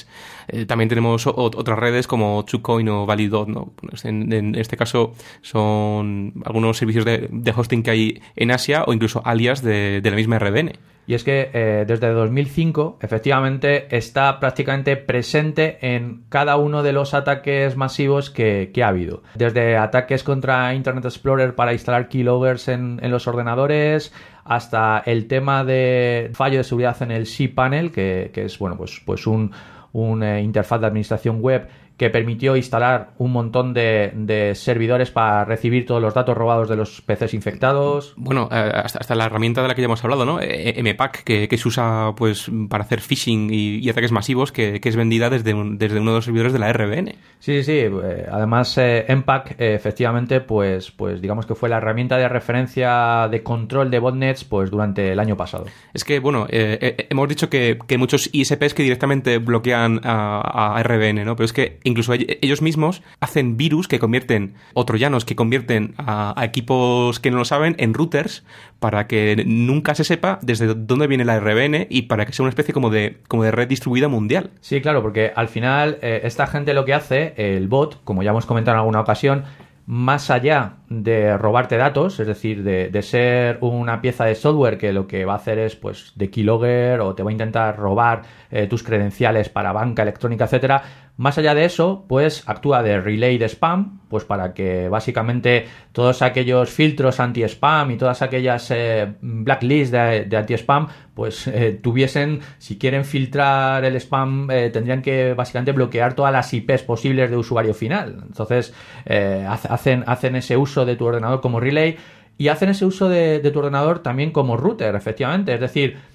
También tenemos otras redes como TrueCoin o Validot, ¿no? En este caso son algunos servicios de hosting que hay en Asia o incluso alias de la misma RBN. Y es que desde 2005 efectivamente está prácticamente presente en cada uno de los ataques masivos que ha habido. Desde ataques contra Internet Explorer para instalar keyloggers en los ordenadores, hasta el tema de fallo de seguridad en el cPanel, que es bueno pues un interfaz de administración web que permitió instalar un montón de servidores para recibir todos los datos robados de los PCs infectados. Bueno, hasta la herramienta de la que ya hemos hablado, ¿no? MPAC, que se usa pues para hacer phishing y ataques masivos, que es vendida desde uno de los servidores de la RBN. Sí. Además, MPAC, efectivamente, pues digamos que fue la herramienta de referencia de control de botnets pues durante el año pasado. Es que, bueno, hemos dicho que muchos ISPs que directamente bloquean a RBN, ¿no? Pero es que incluso ellos mismos hacen virus que convierten, o troyanos que convierten a equipos que no lo saben en routers para que nunca se sepa desde dónde viene la RBN y para que sea una especie como de red distribuida mundial. Sí, claro, porque al final esta gente lo que hace, el bot, como ya hemos comentado en alguna ocasión, más allá de robarte datos, es decir, de ser una pieza de software que lo que va a hacer es pues de keylogger o te va a intentar robar tus credenciales para banca electrónica, etcétera. Más allá de eso, pues actúa de relay de spam, pues para que básicamente todos aquellos filtros anti-spam y todas aquellas blacklists de anti-spam, pues tuviesen, si quieren filtrar el spam, tendrían que básicamente bloquear todas las IPs posibles de usuario final. Entonces, hacen ese uso de tu ordenador como relay y hacen ese uso de tu ordenador también como router, efectivamente. Es decir,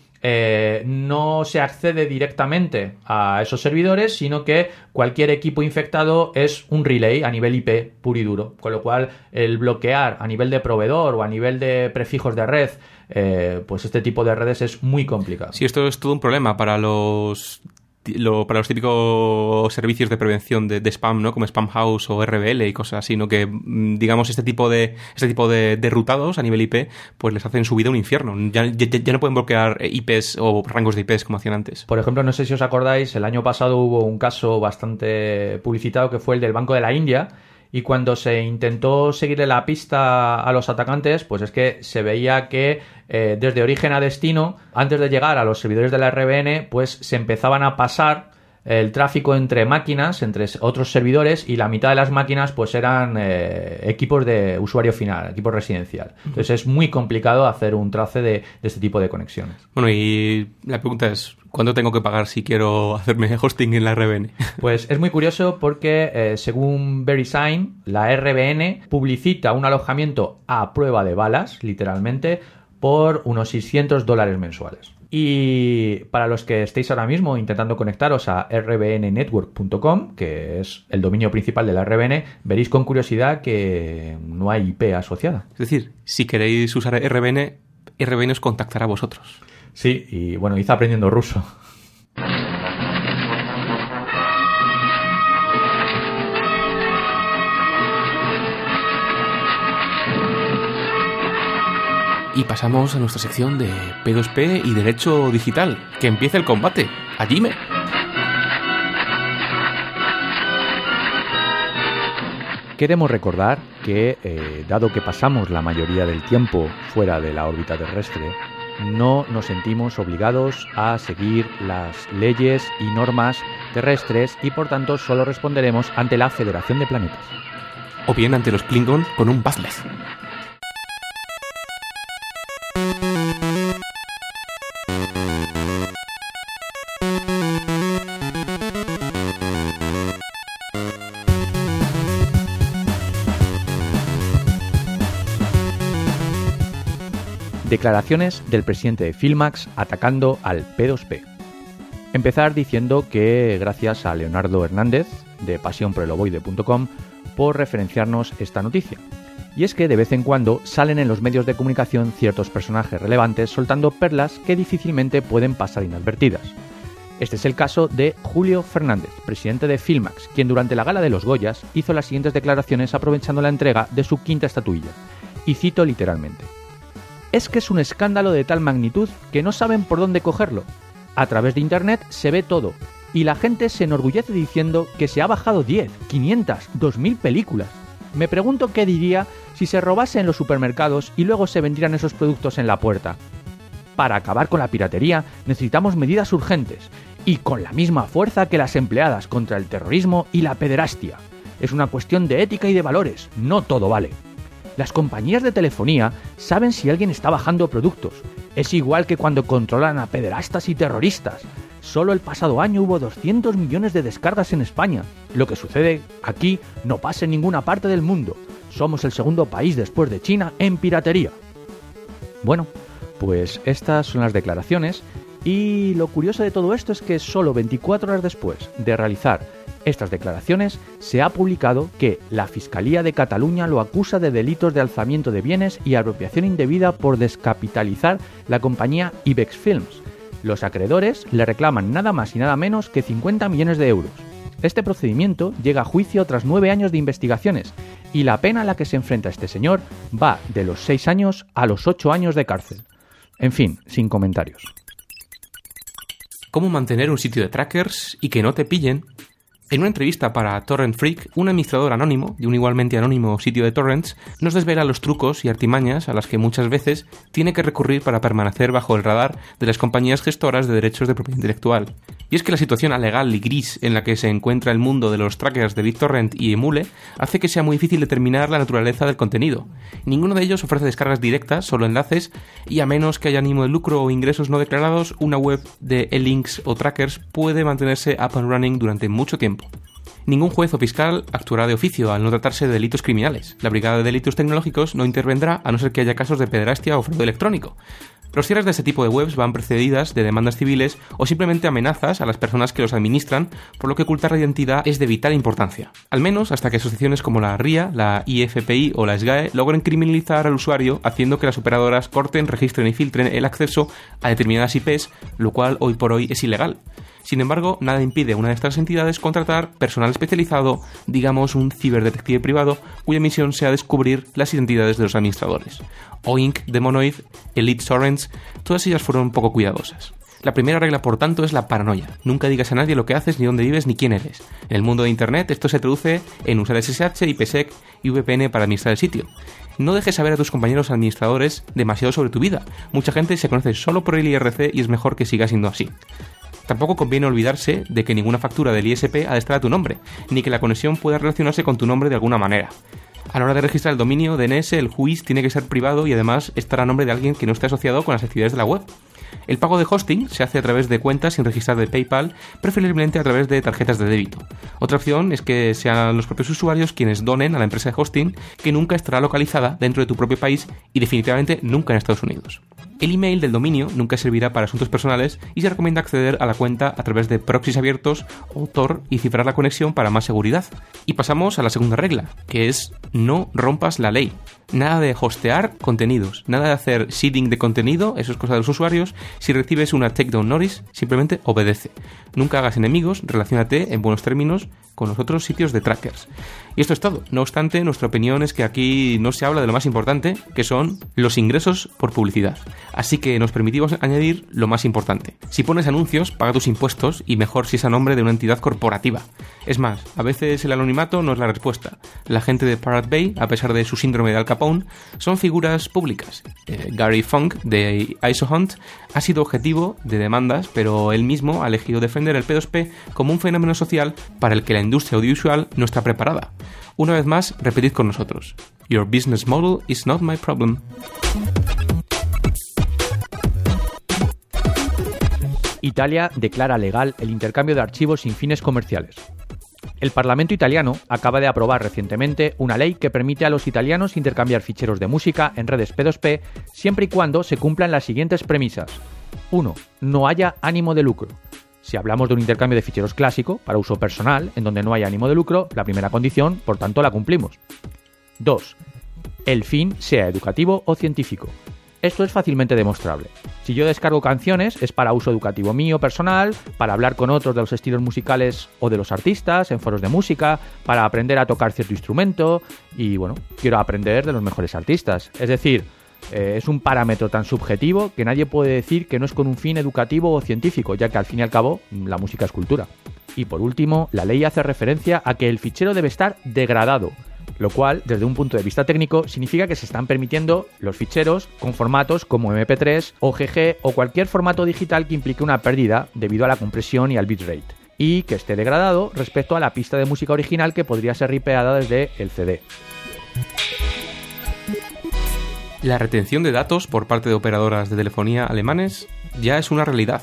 no se accede directamente a esos servidores, sino que cualquier equipo infectado es un relay a nivel IP puro y duro, con lo cual el bloquear a nivel de proveedor o a nivel de prefijos de red, pues este tipo de redes es muy complicado. Sí, esto es todo un problema para los típicos servicios de prevención de spam, ¿no? Como Spamhaus o RBL y cosas así, ¿no? Que, digamos, este tipo de rutados a nivel IP, pues les hacen su vida un infierno. Ya no pueden bloquear IPs o rangos de IPs como hacían antes. Por ejemplo, no sé si os acordáis, el año pasado hubo un caso bastante publicitado que fue el del Banco de la India. Y cuando se intentó seguirle la pista a los atacantes, pues es que se veía que desde origen a destino, antes de llegar a los servidores de la RBN, pues se empezaban a pasar el tráfico entre máquinas, entre otros servidores, y la mitad de las máquinas pues eran equipos de usuario final, equipos residencial. Entonces es muy complicado hacer un trace de este tipo de conexiones. Bueno, y la pregunta es, ¿cuánto tengo que pagar si quiero hacerme hosting en la RBN? Pues es muy curioso porque según VeriSign, la RBN publicita un alojamiento a prueba de balas, literalmente, por unos $600 mensuales. Y para los que estéis ahora mismo intentando conectaros a rbnnetwork.com, que es el dominio principal de la RBN, veréis con curiosidad que no hay IP asociada. Es decir, si queréis usar RBN os contactará a vosotros. Sí, y bueno, hice aprendiendo ruso. Y pasamos a nuestra sección de P2P y Derecho Digital. ¡Que empiece el combate! ¡Hajime! Queremos recordar que, dado que pasamos la mayoría del tiempo fuera de la órbita terrestre, no nos sentimos obligados a seguir las leyes y normas terrestres y por tanto solo responderemos ante la Federación de Planetas. O bien ante los Klingon con un Bazleth. Declaraciones del presidente de Filmax atacando al P2P. Empezar diciendo que gracias a Leonardo Hernández de pasionproelovoide.com por referenciarnos esta noticia. Y es que de vez en cuando salen en los medios de comunicación ciertos personajes relevantes soltando perlas que difícilmente pueden pasar inadvertidas. Este es el caso de Julio Fernández, presidente de Filmax, quien durante la gala de los Goyas hizo las siguientes declaraciones aprovechando la entrega de su 5ª estatuilla. Y cito literalmente: es que es un escándalo de tal magnitud que no saben por dónde cogerlo. A través de internet se ve todo, y la gente se enorgullece diciendo que se ha bajado 10, 500, 2000 películas. Me pregunto qué diría si se robase en los supermercados y luego se vendieran esos productos en la puerta. Para acabar con la piratería necesitamos medidas urgentes y con la misma fuerza que las empleadas contra el terrorismo y la pederastia. Es una cuestión de ética y de valores, no todo vale. Las compañías de telefonía saben si alguien está bajando productos. Es igual que cuando controlan a pederastas y terroristas. Solo el pasado año hubo 200 millones de descargas en España. Lo que sucede aquí no pasa en ninguna parte del mundo. Somos el segundo país después de China en piratería. Bueno, pues estas son las declaraciones y lo curioso de todo esto es que solo 24 horas después de realizar estas declaraciones se ha publicado que la Fiscalía de Cataluña lo acusa de delitos de alzamiento de bienes y apropiación indebida por descapitalizar la compañía Ibex Films. Los acreedores le reclaman nada más y nada menos que 50 millones de euros. Este procedimiento llega a juicio tras 9 años de investigaciones y la pena a la que se enfrenta este señor va de los 6 años a los 8 años de cárcel. En fin, sin comentarios. ¿Cómo mantener un sitio de trackers y que no te pillen? En una entrevista para Torrent Freak, un administrador anónimo de un igualmente anónimo sitio de torrents nos desvela los trucos y artimañas a las que muchas veces tiene que recurrir para permanecer bajo el radar de las compañías gestoras de derechos de propiedad intelectual. Y es que la situación alegal y gris en la que se encuentra el mundo de los trackers de BitTorrent y Emule hace que sea muy difícil determinar la naturaleza del contenido. Ninguno de ellos ofrece descargas directas, solo enlaces, y a menos que haya ánimo de lucro o ingresos no declarados, una web de e-links o trackers puede mantenerse up and running durante mucho tiempo. Ningún juez o fiscal actuará de oficio al no tratarse de delitos criminales. La Brigada de Delitos Tecnológicos no intervendrá a no ser que haya casos de pederastia o fraude electrónico. Los cierres de este tipo de webs van precedidas de demandas civiles o simplemente amenazas a las personas que los administran, por lo que ocultar la identidad es de vital importancia. Al menos hasta que asociaciones como la RIA, la IFPI o la SGAE logren criminalizar al usuario haciendo que las operadoras corten, registren y filtren el acceso a determinadas IPs, lo cual hoy por hoy es ilegal. Sin embargo, nada impide a una de estas entidades contratar personal especializado, digamos un ciberdetective privado, cuya misión sea descubrir las identidades de los administradores. Oink, Demonoid, Elite Torrents, todas ellas fueron poco cuidadosas. La primera regla, por tanto, es la paranoia. Nunca digas a nadie lo que haces, ni dónde vives, ni quién eres. En el mundo de Internet, esto se traduce en usar SSH, IPsec y VPN para administrar el sitio. No dejes saber a tus compañeros administradores demasiado sobre tu vida. Mucha gente se conoce solo por el IRC y es mejor que siga siendo así. Tampoco conviene olvidarse de que ninguna factura del ISP ha de estar a tu nombre, ni que la conexión pueda relacionarse con tu nombre de alguna manera. A la hora de registrar el dominio DNS, el WHOIS tiene que ser privado y además estar a nombre de alguien que no esté asociado con las actividades de la web. El pago de hosting se hace a través de cuentas sin registrar de PayPal, preferiblemente a través de tarjetas de débito. Otra opción es que sean los propios usuarios quienes donen a la empresa de hosting, que nunca estará localizada dentro de tu propio país y definitivamente nunca en Estados Unidos. El email del dominio nunca servirá para asuntos personales y se recomienda acceder a la cuenta a través de proxies abiertos o Tor y cifrar la conexión para más seguridad. Y pasamos a la segunda regla, que es no rompas la ley. Nada de hostear contenidos, nada de hacer seeding de contenido, eso es cosa de los usuarios. Si recibes una takedown notice, simplemente obedece. Nunca hagas enemigos, relaciónate en buenos términos con los otros sitios de trackers. Y esto es todo. No obstante, nuestra opinión es que aquí no se habla de lo más importante, que son los ingresos por publicidad. Así que nos permitimos añadir lo más importante. Si pones anuncios, paga tus impuestos y mejor si es a nombre de una entidad corporativa. Es más, a veces el anonimato no es la respuesta. La gente de Pirate Bay, a pesar de su síndrome de Al Capone, son figuras públicas. Gary Funk, de ISOHunt, ha sido objetivo de demandas, pero él mismo ha elegido defender el P2P como un fenómeno social para el que la industria audiovisual no está preparada. Una vez más, repetid con nosotros. Your business model is not my problem. Italia declara legal el intercambio de archivos sin fines comerciales. El Parlamento italiano acaba de aprobar recientemente una ley que permite a los italianos intercambiar ficheros de música en redes P2P siempre y cuando se cumplan las siguientes premisas. 1. No haya ánimo de lucro. Si hablamos de un intercambio de ficheros clásico, para uso personal, en donde no hay ánimo de lucro, la primera condición, por tanto, la cumplimos. 2. El fin sea educativo o científico. Esto es fácilmente demostrable. Si yo descargo canciones, es para uso educativo mío personal, para hablar con otros de los estilos musicales o de los artistas, en foros de música, para aprender a tocar cierto instrumento y, bueno, quiero aprender de los mejores artistas. Es decir, Es un parámetro tan subjetivo que nadie puede decir que no es con un fin educativo o científico, ya que al fin y al cabo la música es cultura. Y por último, la ley hace referencia a que el fichero debe estar degradado, lo cual, desde un punto de vista técnico, significa que se están permitiendo los ficheros con formatos como MP3, OGG o cualquier formato digital que implique una pérdida debido a la compresión y al bitrate, y que esté degradado respecto a la pista de música original que podría ser ripeada desde el CD. La retención de datos por parte de operadoras de telefonía alemanes ya es una realidad.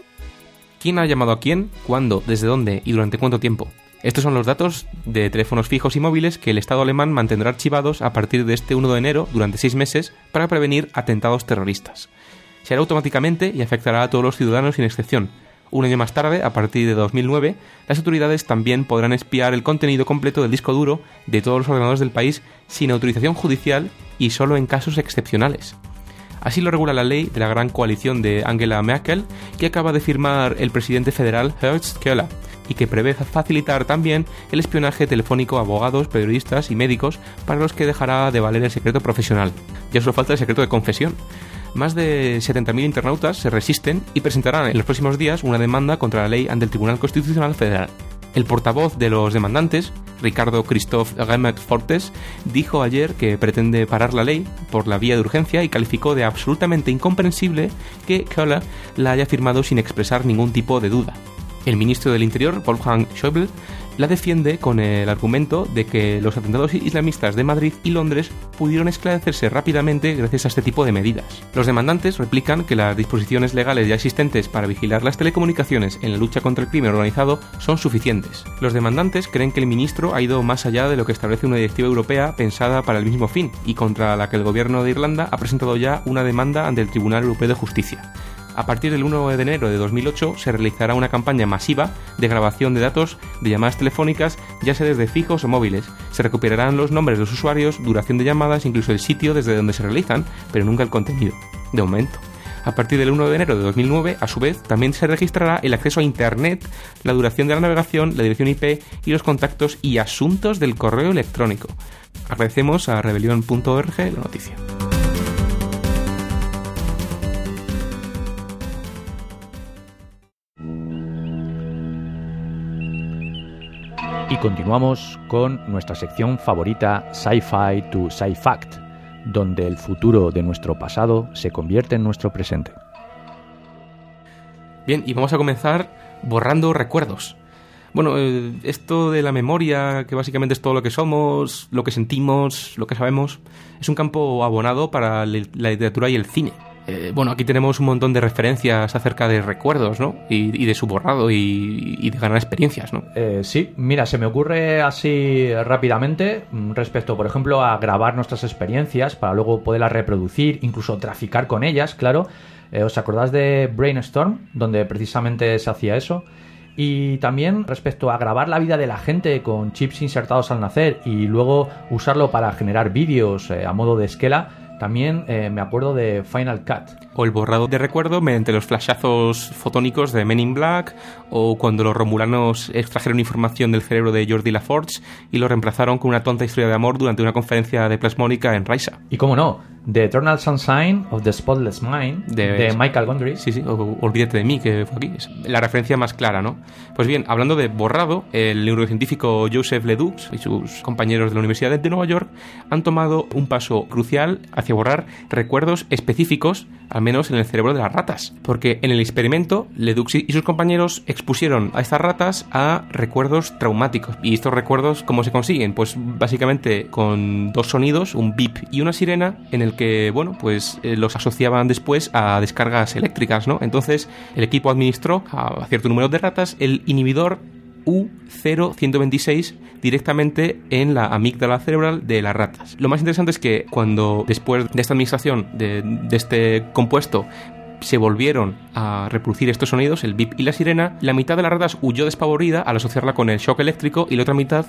¿Quién ha llamado a quién, cuándo, desde dónde y durante cuánto tiempo? Estos son los datos de teléfonos fijos y móviles que el Estado alemán mantendrá archivados a partir de este 1 de enero durante 6 meses para prevenir atentados terroristas. Se hará automáticamente y afectará a todos los ciudadanos sin excepción. Un año más tarde, a partir de 2009, las autoridades también podrán espiar el contenido completo del disco duro de todos los ordenadores del país sin autorización judicial y solo en casos excepcionales. Así lo regula la ley de la gran coalición de Angela Merkel, que acaba de firmar el presidente federal Horst Köhler, y que prevé facilitar también el espionaje telefónico a abogados, periodistas y médicos, para los que dejará de valer el secreto profesional. Ya solo falta el secreto de confesión. Más de 70.000 internautas se resisten y presentarán en los próximos días una demanda contra la ley ante el Tribunal Constitucional Federal. El portavoz de los demandantes, Ricardo Christoph Remmert-Fortes, dijo ayer que pretende parar la ley por la vía de urgencia y calificó de absolutamente incomprensible que Köhler la haya firmado sin expresar ningún tipo de duda. El ministro del Interior, Wolfgang Schäuble, la defiende con el argumento de que los atentados islamistas de Madrid y Londres pudieron esclarecerse rápidamente gracias a este tipo de medidas. Los demandantes replican que las disposiciones legales ya existentes para vigilar las telecomunicaciones en la lucha contra el crimen organizado son suficientes. Los demandantes creen que el ministro ha ido más allá de lo que establece una directiva europea pensada para el mismo fin y contra la que el gobierno de Irlanda ha presentado ya una demanda ante el Tribunal Europeo de Justicia. A partir del 1 de enero de 2008 se realizará una campaña masiva de grabación de datos de llamadas telefónicas, ya sea desde fijos o móviles. Se recuperarán los nombres de los usuarios, duración de llamadas, incluso el sitio desde donde se realizan, pero nunca el contenido, de momento. A partir del 1 de enero de 2009, a su vez, también se registrará el acceso a Internet, la duración de la navegación, la dirección IP y los contactos y asuntos del correo electrónico. Agradecemos a rebelión.org la noticia. Y continuamos con nuestra sección favorita Sci-Fi to Sci-Fact, donde el futuro de nuestro pasado se convierte en nuestro presente. Bien, y vamos a comenzar borrando recuerdos. Bueno, esto de la memoria, que básicamente es todo lo que somos, lo que sentimos, lo que sabemos, es un campo abonado para la literatura y el cine. Bueno, aquí tenemos un montón de referencias acerca de recuerdos, ¿no? Y de su borrado y de ganar experiencias, ¿no? Sí, mira, se me ocurre así rápidamente respecto, por ejemplo, a grabar nuestras experiencias para luego poderlas reproducir, incluso traficar con ellas, claro. ¿Os acordás de Brainstorm, donde precisamente se hacía eso? Y también respecto a grabar la vida de la gente con chips insertados al nacer y luego usarlo para generar vídeos a modo de esquela. También me acuerdo de Final Cut. O el borrado de recuerdo mediante los flashazos fotónicos de Men in Black, o cuando los romulanos extrajeron información del cerebro de Geordi LaForge y lo reemplazaron con una tonta historia de amor durante una conferencia de plasmónica en Raisa. Y cómo no, The Eternal Sunshine of the Spotless Mind de Michael Gondry. Sí, olvídate de mí, que fue aquí. Es la referencia más clara, ¿no? Pues bien, hablando de borrado, el neurocientífico Joseph Ledoux y sus compañeros de la Universidad de Nueva York han tomado un paso crucial hacia borrar recuerdos específicos, al menos en el cerebro de las ratas. Porque en el experimento, Ledoux y sus compañeros expusieron a estas ratas a recuerdos traumáticos. ¿Y estos recuerdos cómo se consiguen? Pues básicamente con dos sonidos, un bip y una sirena, en el que, bueno, pues los asociaban después a descargas eléctricas, ¿no? Entonces, el equipo administró a cierto número de ratas el inhibidor U0126 directamente en la amígdala cerebral de las ratas. Lo más interesante es que cuando después de esta administración de este compuesto se volvieron a reproducir estos sonidos, el bip y la sirena, la mitad de las ratas huyó despavorida al asociarla con el shock eléctrico y la otra mitad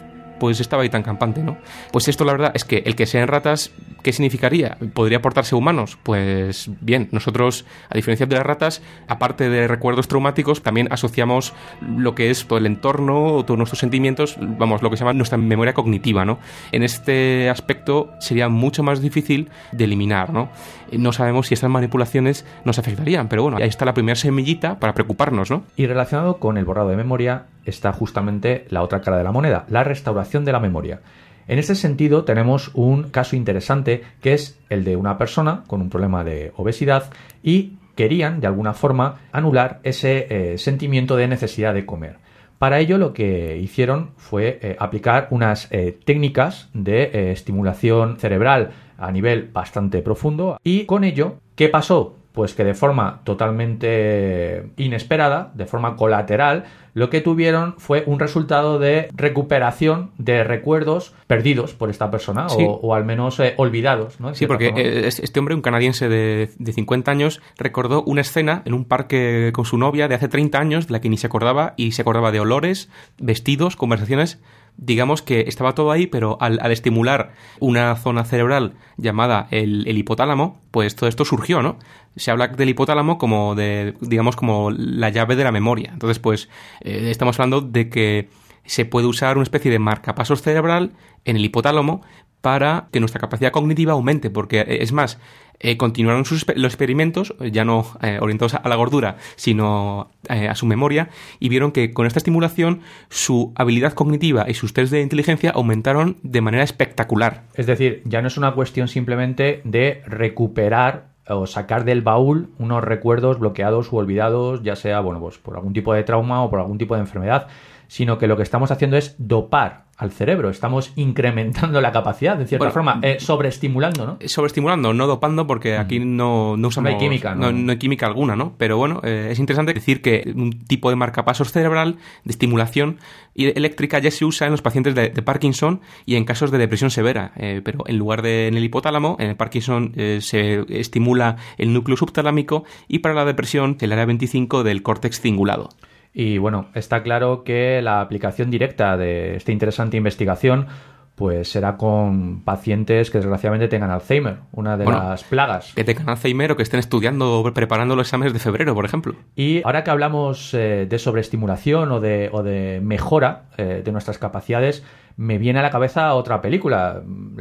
pues estaba ahí tan campante, ¿no? Pues esto la verdad es que el que sean ratas, ¿qué significaría? ¿Podría aportarse a humanos? Pues bien, nosotros, a diferencia de las ratas, aparte de recuerdos traumáticos, también asociamos lo que es todo el entorno, todos nuestros sentimientos, vamos, lo que se llama nuestra memoria cognitiva, ¿no? En este aspecto sería mucho más difícil de eliminar, ¿no? No sabemos si estas manipulaciones nos afectarían, pero bueno, ahí está la primera semillita para preocuparnos, ¿no? Y relacionado con el borrado de memoria está justamente la otra cara de la moneda, la restauración de la memoria. En este sentido tenemos un caso interesante que es el de una persona con un problema de obesidad y querían de alguna forma anular ese sentimiento de necesidad de comer. Para ello lo que hicieron fue aplicar unas técnicas de estimulación cerebral a nivel bastante profundo y con ello, ¿qué pasó? Pues que de forma totalmente inesperada, de forma colateral, lo que tuvieron fue un resultado de recuperación de recuerdos perdidos por esta persona, sí. o al menos olvidados, ¿no? Sí, porque este hombre, un canadiense de 50 años, recordó una escena en un parque con su novia de hace 30 años, de la que ni se acordaba, y se acordaba de olores, vestidos, conversaciones. Digamos que estaba todo ahí, pero al estimular una zona cerebral llamada el hipotálamo, pues todo esto surgió, ¿no? Se habla del hipotálamo como de, digamos, como la llave de la memoria. Entonces, pues, estamos hablando de que se puede usar una especie de marcapasos cerebral en el hipotálamo para que nuestra capacidad cognitiva aumente, porque es más, continuaron los experimentos, ya no orientados a la gordura, sino a su memoria, y vieron que con esta estimulación su habilidad cognitiva y sus test de inteligencia aumentaron de manera espectacular. Es decir, ya no es una cuestión simplemente de recuperar o sacar del baúl unos recuerdos bloqueados u olvidados, ya sea, bueno, pues por algún tipo de trauma o por algún tipo de enfermedad, sino que lo que estamos haciendo es dopar al cerebro, estamos incrementando la capacidad, de cierta forma, sobreestimulando, ¿no? Sobreestimulando, no dopando, porque aquí no usamos... No hay química, ¿no? No hay química alguna, ¿no? Pero bueno, es interesante decir que un tipo de marcapasos cerebral de estimulación eléctrica ya se usa en los pacientes de Parkinson y en casos de depresión severa, pero en lugar de en el hipotálamo, en el Parkinson se estimula el núcleo subtalámico y para la depresión el área 25 del córtex cingulado. Y bueno, está claro que la aplicación directa de esta interesante investigación pues será con pacientes que desgraciadamente tengan Alzheimer, una de las plagas. Que tengan Alzheimer o que estén estudiando o preparando los exámenes de febrero, por ejemplo. Y ahora que hablamos de sobreestimulación o de mejora de nuestras capacidades, me viene a la cabeza otra película,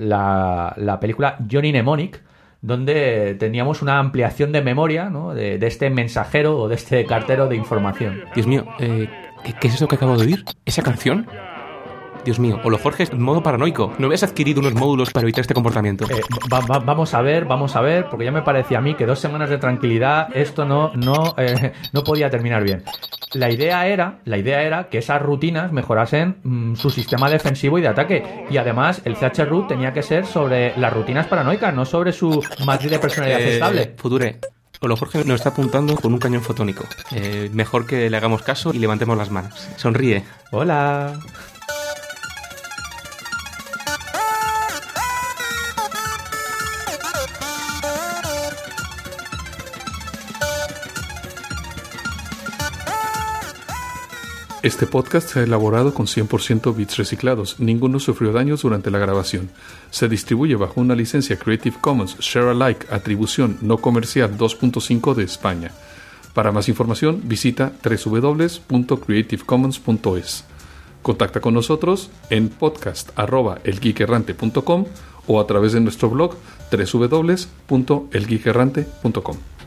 la película Johnny Mnemonic, donde teníamos una ampliación de memoria, ¿no? de este mensajero o de este cartero de información. Dios mío, ¿qué es eso que acabo de oír? ¿Esa canción? Dios mío, Olo Jorge, en modo paranoico. ¿No habías adquirido unos módulos para evitar este comportamiento? Vamos a ver, porque ya me parecía a mí que 2 semanas de tranquilidad esto no podía terminar bien. La idea era que esas rutinas mejorasen su sistema defensivo y de ataque. Y además, el CHRUT tenía que ser sobre las rutinas paranoicas, no sobre su matriz de personalidad estable. Future, Olo Jorge nos está apuntando con un cañón fotónico. Mejor que le hagamos caso y levantemos las manos. Sonríe. Hola. Este podcast se ha elaborado con 100% bits reciclados. Ninguno sufrió daños durante la grabación. Se distribuye bajo una licencia Creative Commons Share Alike Atribución No Comercial 2.5 de España. Para más información visita www.creativecommons.es. Contacta con nosotros en podcast@elgeekerrante.com o a través de nuestro blog www.elgeekerrante.com.